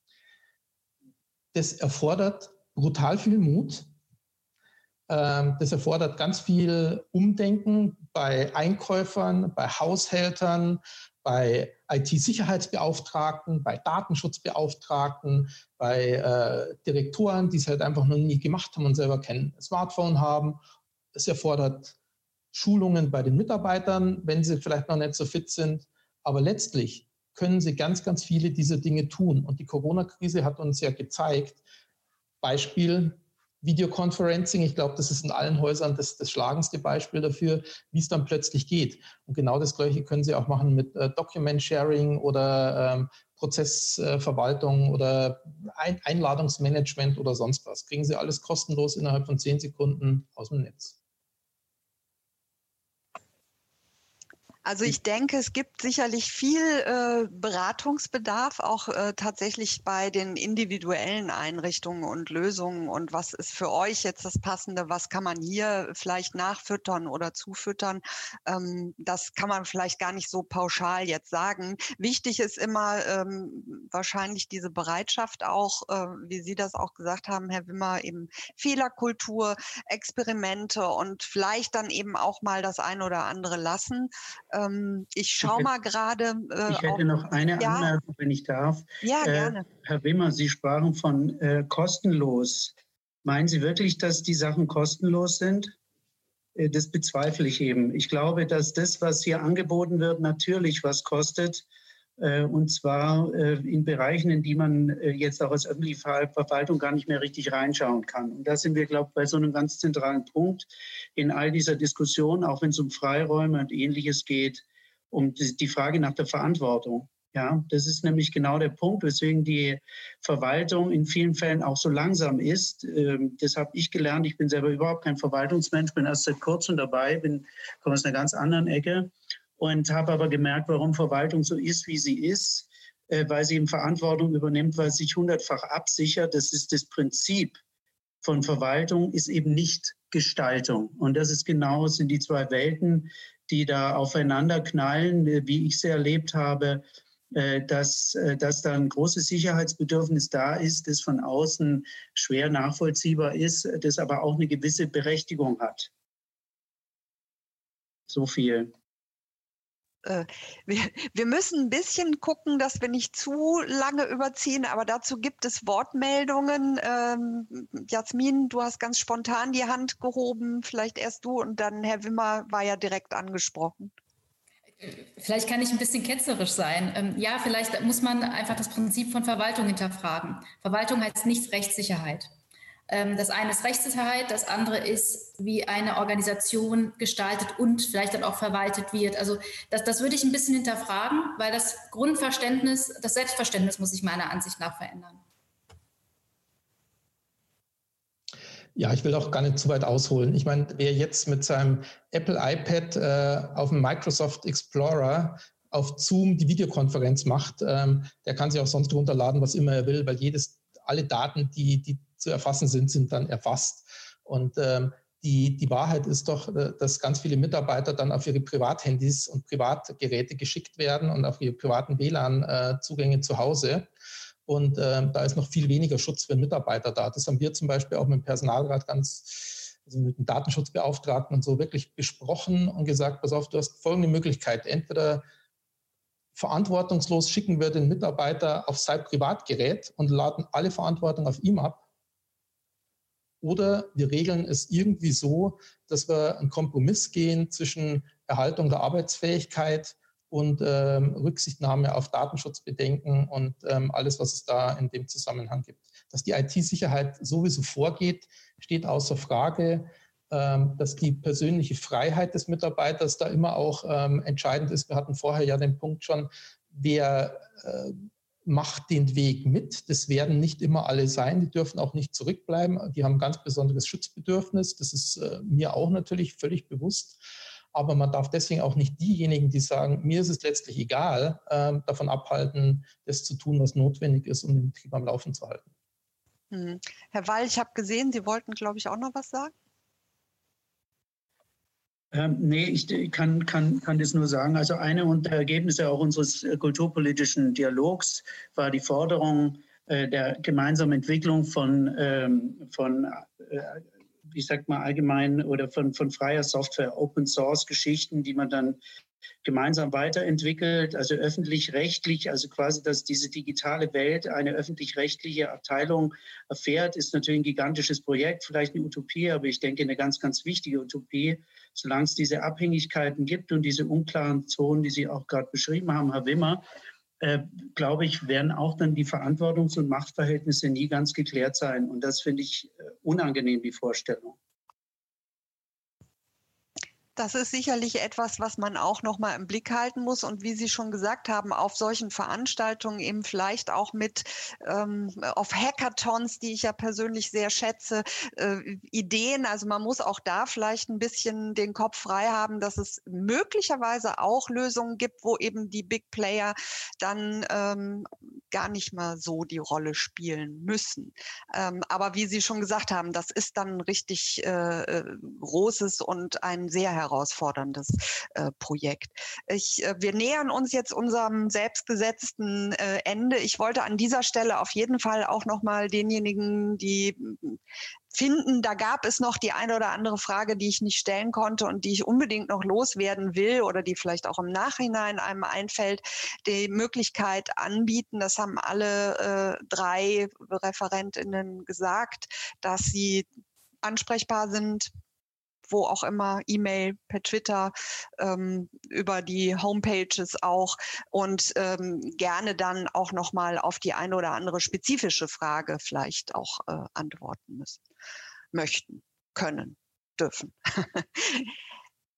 Das erfordert brutal viel Mut. Das erfordert ganz viel Umdenken bei Einkäufern, bei Haushältern, bei I T-Sicherheitsbeauftragten, bei Datenschutzbeauftragten, bei äh, Direktoren, die es halt einfach noch nie gemacht haben und selber kein Smartphone haben. Es erfordert Schulungen bei den Mitarbeitern, wenn sie vielleicht noch nicht so fit sind. Aber letztlich können sie ganz, ganz viele dieser Dinge tun. Und die Corona-Krise hat uns ja gezeigt, Beispiel Videoconferencing, ich glaube, das ist in allen Häusern das, das schlagendste Beispiel dafür, wie es dann plötzlich geht. Und genau das Gleiche können Sie auch machen mit äh, Document-Sharing oder ähm, Prozessverwaltung äh, oder Ein- Einladungsmanagement oder sonst was. Kriegen Sie alles kostenlos innerhalb von zehn Sekunden aus dem Netz. Also ich denke, es gibt sicherlich viel äh, Beratungsbedarf, auch äh, tatsächlich bei den individuellen Einrichtungen und Lösungen. Und was ist für euch jetzt das Passende? Was kann man hier vielleicht nachfüttern oder zufüttern? Ähm, das kann man vielleicht gar nicht so pauschal jetzt sagen. Wichtig ist immer ähm, wahrscheinlich diese Bereitschaft auch, äh, wie Sie das auch gesagt haben, Herr Wimmer, eben Fehlerkultur, Experimente und vielleicht dann eben auch mal das eine oder andere lassen. Ich schaue mal gerade. Äh, ich hätte auf, noch eine ja? Anmerkung, wenn ich darf. Ja, äh, gerne. Herr Wimmer, Sie sprachen von äh, kostenlos. Meinen Sie wirklich, dass die Sachen kostenlos sind? Äh, das bezweifle ich eben. Ich glaube, dass das, was hier angeboten wird, natürlich was kostet. Äh, und zwar äh, in Bereichen, in die man äh, jetzt auch als öffentliche Verwaltung gar nicht mehr richtig reinschauen kann. Und da sind wir, glaube ich, bei so einem ganz zentralen Punkt in all dieser Diskussion, auch wenn es um Freiräume und Ähnliches geht, um die Frage nach der Verantwortung. Ja, das ist nämlich genau der Punkt, weswegen die Verwaltung in vielen Fällen auch so langsam ist. Ähm, das habe ich gelernt. Ich bin selber überhaupt kein Verwaltungsmensch, bin erst seit kurzem dabei, bin, komme aus einer ganz anderen Ecke und habe aber gemerkt, warum Verwaltung so ist, wie sie ist, äh, weil sie eben Verantwortung übernimmt, weil sie sich hundertfach absichert. Das ist das Prinzip von Verwaltung, ist eben nicht Gestaltung. Und das ist genau, sind die zwei Welten, die da aufeinander knallen, wie ich sie erlebt habe, dass, dass da ein großes Sicherheitsbedürfnis da ist, das von außen schwer nachvollziehbar ist, das aber auch eine gewisse Berechtigung hat. So viel. Wir, wir müssen ein bisschen gucken, dass wir nicht zu lange überziehen, aber dazu gibt es Wortmeldungen. Ähm, Jasmin, du hast ganz spontan die Hand gehoben, vielleicht erst du und dann Herr Wimmer war ja direkt angesprochen. Vielleicht kann ich ein bisschen ketzerisch sein. Ähm, ja, vielleicht muss man einfach das Prinzip von Verwaltung hinterfragen. Verwaltung heißt nicht Rechtssicherheit. Ähm, das eine ist Rechtssicherheit, das andere ist, wie eine Organisation gestaltet und vielleicht dann auch verwaltet wird. Also das, das würde ich ein bisschen hinterfragen, weil das Grundverständnis, das Selbstverständnis muss sich meiner Ansicht nach verändern. Ja, ich will auch gar nicht zu weit ausholen. Ich meine, wer jetzt mit seinem Apple iPad äh, auf dem Microsoft Explorer auf Zoom die Videokonferenz macht, ähm, der kann sich auch sonst runterladen, was immer er will, weil jedes, alle Daten, die, die zu erfassen sind, sind dann erfasst. Und ähm, die, die Wahrheit ist doch, dass ganz viele Mitarbeiter dann auf ihre Privathandys und Privatgeräte geschickt werden und auf ihre privaten W L A N-Zugänge äh, zu Hause. Und äh, da ist noch viel weniger Schutz für Mitarbeiter da. Das haben wir zum Beispiel auch mit dem Personalrat ganz, also mit dem Datenschutzbeauftragten und so wirklich besprochen und gesagt, pass auf, du hast folgende Möglichkeit. Entweder verantwortungslos schicken wir den Mitarbeiter auf sein Privatgerät und laden alle Verantwortung auf ihm ab. Oder wir regeln es irgendwie so, dass wir einen Kompromiss gehen zwischen Erhaltung der Arbeitsfähigkeit und ähm, Rücksichtnahme auf Datenschutzbedenken und ähm, alles, was es da in dem Zusammenhang gibt. Dass die I T-Sicherheit sowieso vorgeht, steht außer Frage. Ähm, dass die persönliche Freiheit des Mitarbeiters da immer auch ähm, entscheidend ist. Wir hatten vorher ja den Punkt schon, wer äh, macht den Weg mit. Das werden nicht immer alle sein, die dürfen auch nicht zurückbleiben. Die haben ein ganz besonderes Schutzbedürfnis. Das ist äh, mir auch natürlich völlig bewusst. Aber man darf deswegen auch nicht diejenigen, die sagen, mir ist es letztlich egal, äh, davon abhalten, das zu tun, was notwendig ist, um den Betrieb am Laufen zu halten. Hm. Herr Weil, ich habe gesehen, Sie wollten, glaube ich, auch noch was sagen. Ähm, nee, ich kann, kann, kann das nur sagen. Also eine der Ergebnisse auch unseres kulturpolitischen Dialogs war die Forderung äh, der gemeinsamen Entwicklung von, ähm, von äh, wie sagt man allgemein, oder von, von freier Software, Open-Source-Geschichten, die man dann gemeinsam weiterentwickelt, also öffentlich-rechtlich, also quasi, dass diese digitale Welt eine öffentlich-rechtliche Abteilung erfährt, ist natürlich ein gigantisches Projekt, vielleicht eine Utopie, aber ich denke eine ganz, ganz wichtige Utopie, solange es diese Abhängigkeiten gibt und diese unklaren Zonen, die Sie auch gerade beschrieben haben, Herr Wimmer, äh, glaube ich, werden auch dann die Verantwortungs- und Machtverhältnisse nie ganz geklärt sein. Und das finde ich äh, unangenehm, die Vorstellung. Das ist sicherlich etwas, was man auch noch mal im Blick halten muss. Und wie Sie schon gesagt haben, auf solchen Veranstaltungen eben vielleicht auch mit ähm, auf Hackathons, die ich ja persönlich sehr schätze, äh, Ideen. Also man muss auch da vielleicht ein bisschen den Kopf frei haben, dass es möglicherweise auch Lösungen gibt, wo eben die Big Player dann ähm, gar nicht mal so die Rolle spielen müssen. Ähm, aber wie Sie schon gesagt haben, das ist dann ein richtig äh, großes und ein sehr herausforderndes äh, Projekt. Ich, äh, wir nähern uns jetzt unserem selbstgesetzten äh, Ende. Ich wollte an dieser Stelle auf jeden Fall auch noch mal denjenigen, die finden, da gab es noch die eine oder andere Frage, die ich nicht stellen konnte und die ich unbedingt noch loswerden will oder die vielleicht auch im Nachhinein einem einfällt, die Möglichkeit anbieten. Das haben alle äh, drei ReferentInnen gesagt, dass sie ansprechbar sind, wo auch immer, E-Mail, per Twitter, ähm, über die Homepages auch und ähm, gerne dann auch nochmal auf die eine oder andere spezifische Frage vielleicht auch äh, antworten müssen, möchten, können, dürfen.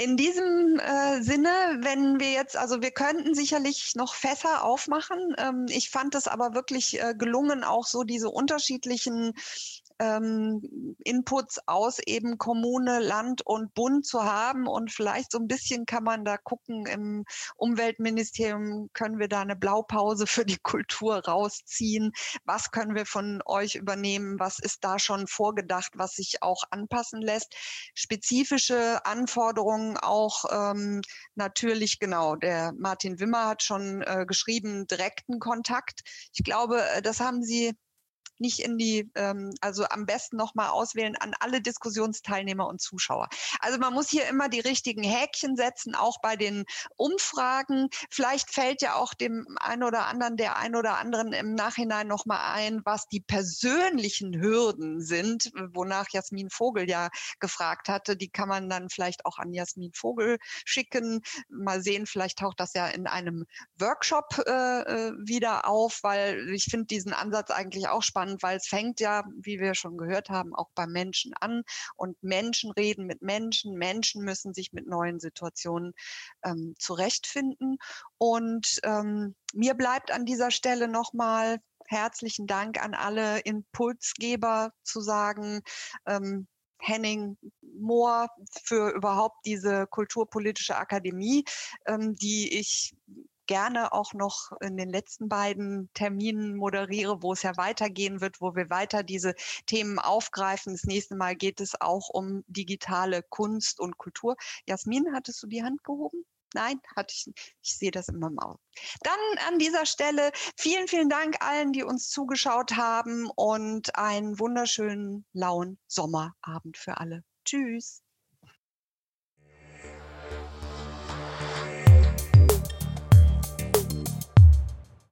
In diesem äh, Sinne, wenn wir jetzt, also wir könnten sicherlich noch Fässer aufmachen. Ähm, ich fand es aber wirklich äh, gelungen, auch so diese unterschiedlichen ähm, Inputs aus eben Kommune, Land und Bund zu haben. Und vielleicht so ein bisschen kann man da gucken, im Umweltministerium können wir da eine Blaupause für die Kultur rausziehen. Was können wir von euch übernehmen? Was ist da schon vorgedacht, was sich auch anpassen lässt? Spezifische Anforderungen auch ähm, natürlich, genau, der Martin Wimmer hat schon äh, geschrieben, direkten Kontakt. Ich glaube, das haben Sie nicht in die, ähm, also am besten nochmal auswählen an alle Diskussionsteilnehmer und Zuschauer. Also man muss hier immer die richtigen Häkchen setzen, auch bei den Umfragen. Vielleicht fällt ja auch dem einen oder anderen, der einen oder anderen im Nachhinein nochmal ein, was die persönlichen Hürden sind, wonach Jasmin Vogel ja gefragt hatte. Die kann man dann vielleicht auch an Jasmin Vogel schicken. Mal sehen, vielleicht taucht das ja in einem Workshop äh, wieder auf, weil ich finde diesen Ansatz eigentlich auch spannend, weil es fängt ja, wie wir schon gehört haben, auch beim Menschen an und Menschen reden mit Menschen, Menschen müssen sich mit neuen Situationen ähm, zurechtfinden und ähm, mir bleibt an dieser Stelle nochmal herzlichen Dank an alle Impulsgeber zu sagen, ähm, Henning Mohr für überhaupt diese kulturpolitische Akademie, ähm, die ich gerne auch noch in den letzten beiden Terminen moderiere, wo es ja weitergehen wird, wo wir weiter diese Themen aufgreifen. Das nächste Mal geht es auch um digitale Kunst und Kultur. Jasmin, hattest du die Hand gehoben? Nein, hatte ich nicht. Ich sehe das immer mal. Dann an dieser Stelle vielen, vielen Dank allen, die uns zugeschaut haben und einen wunderschönen, lauen Sommerabend für alle. Tschüss.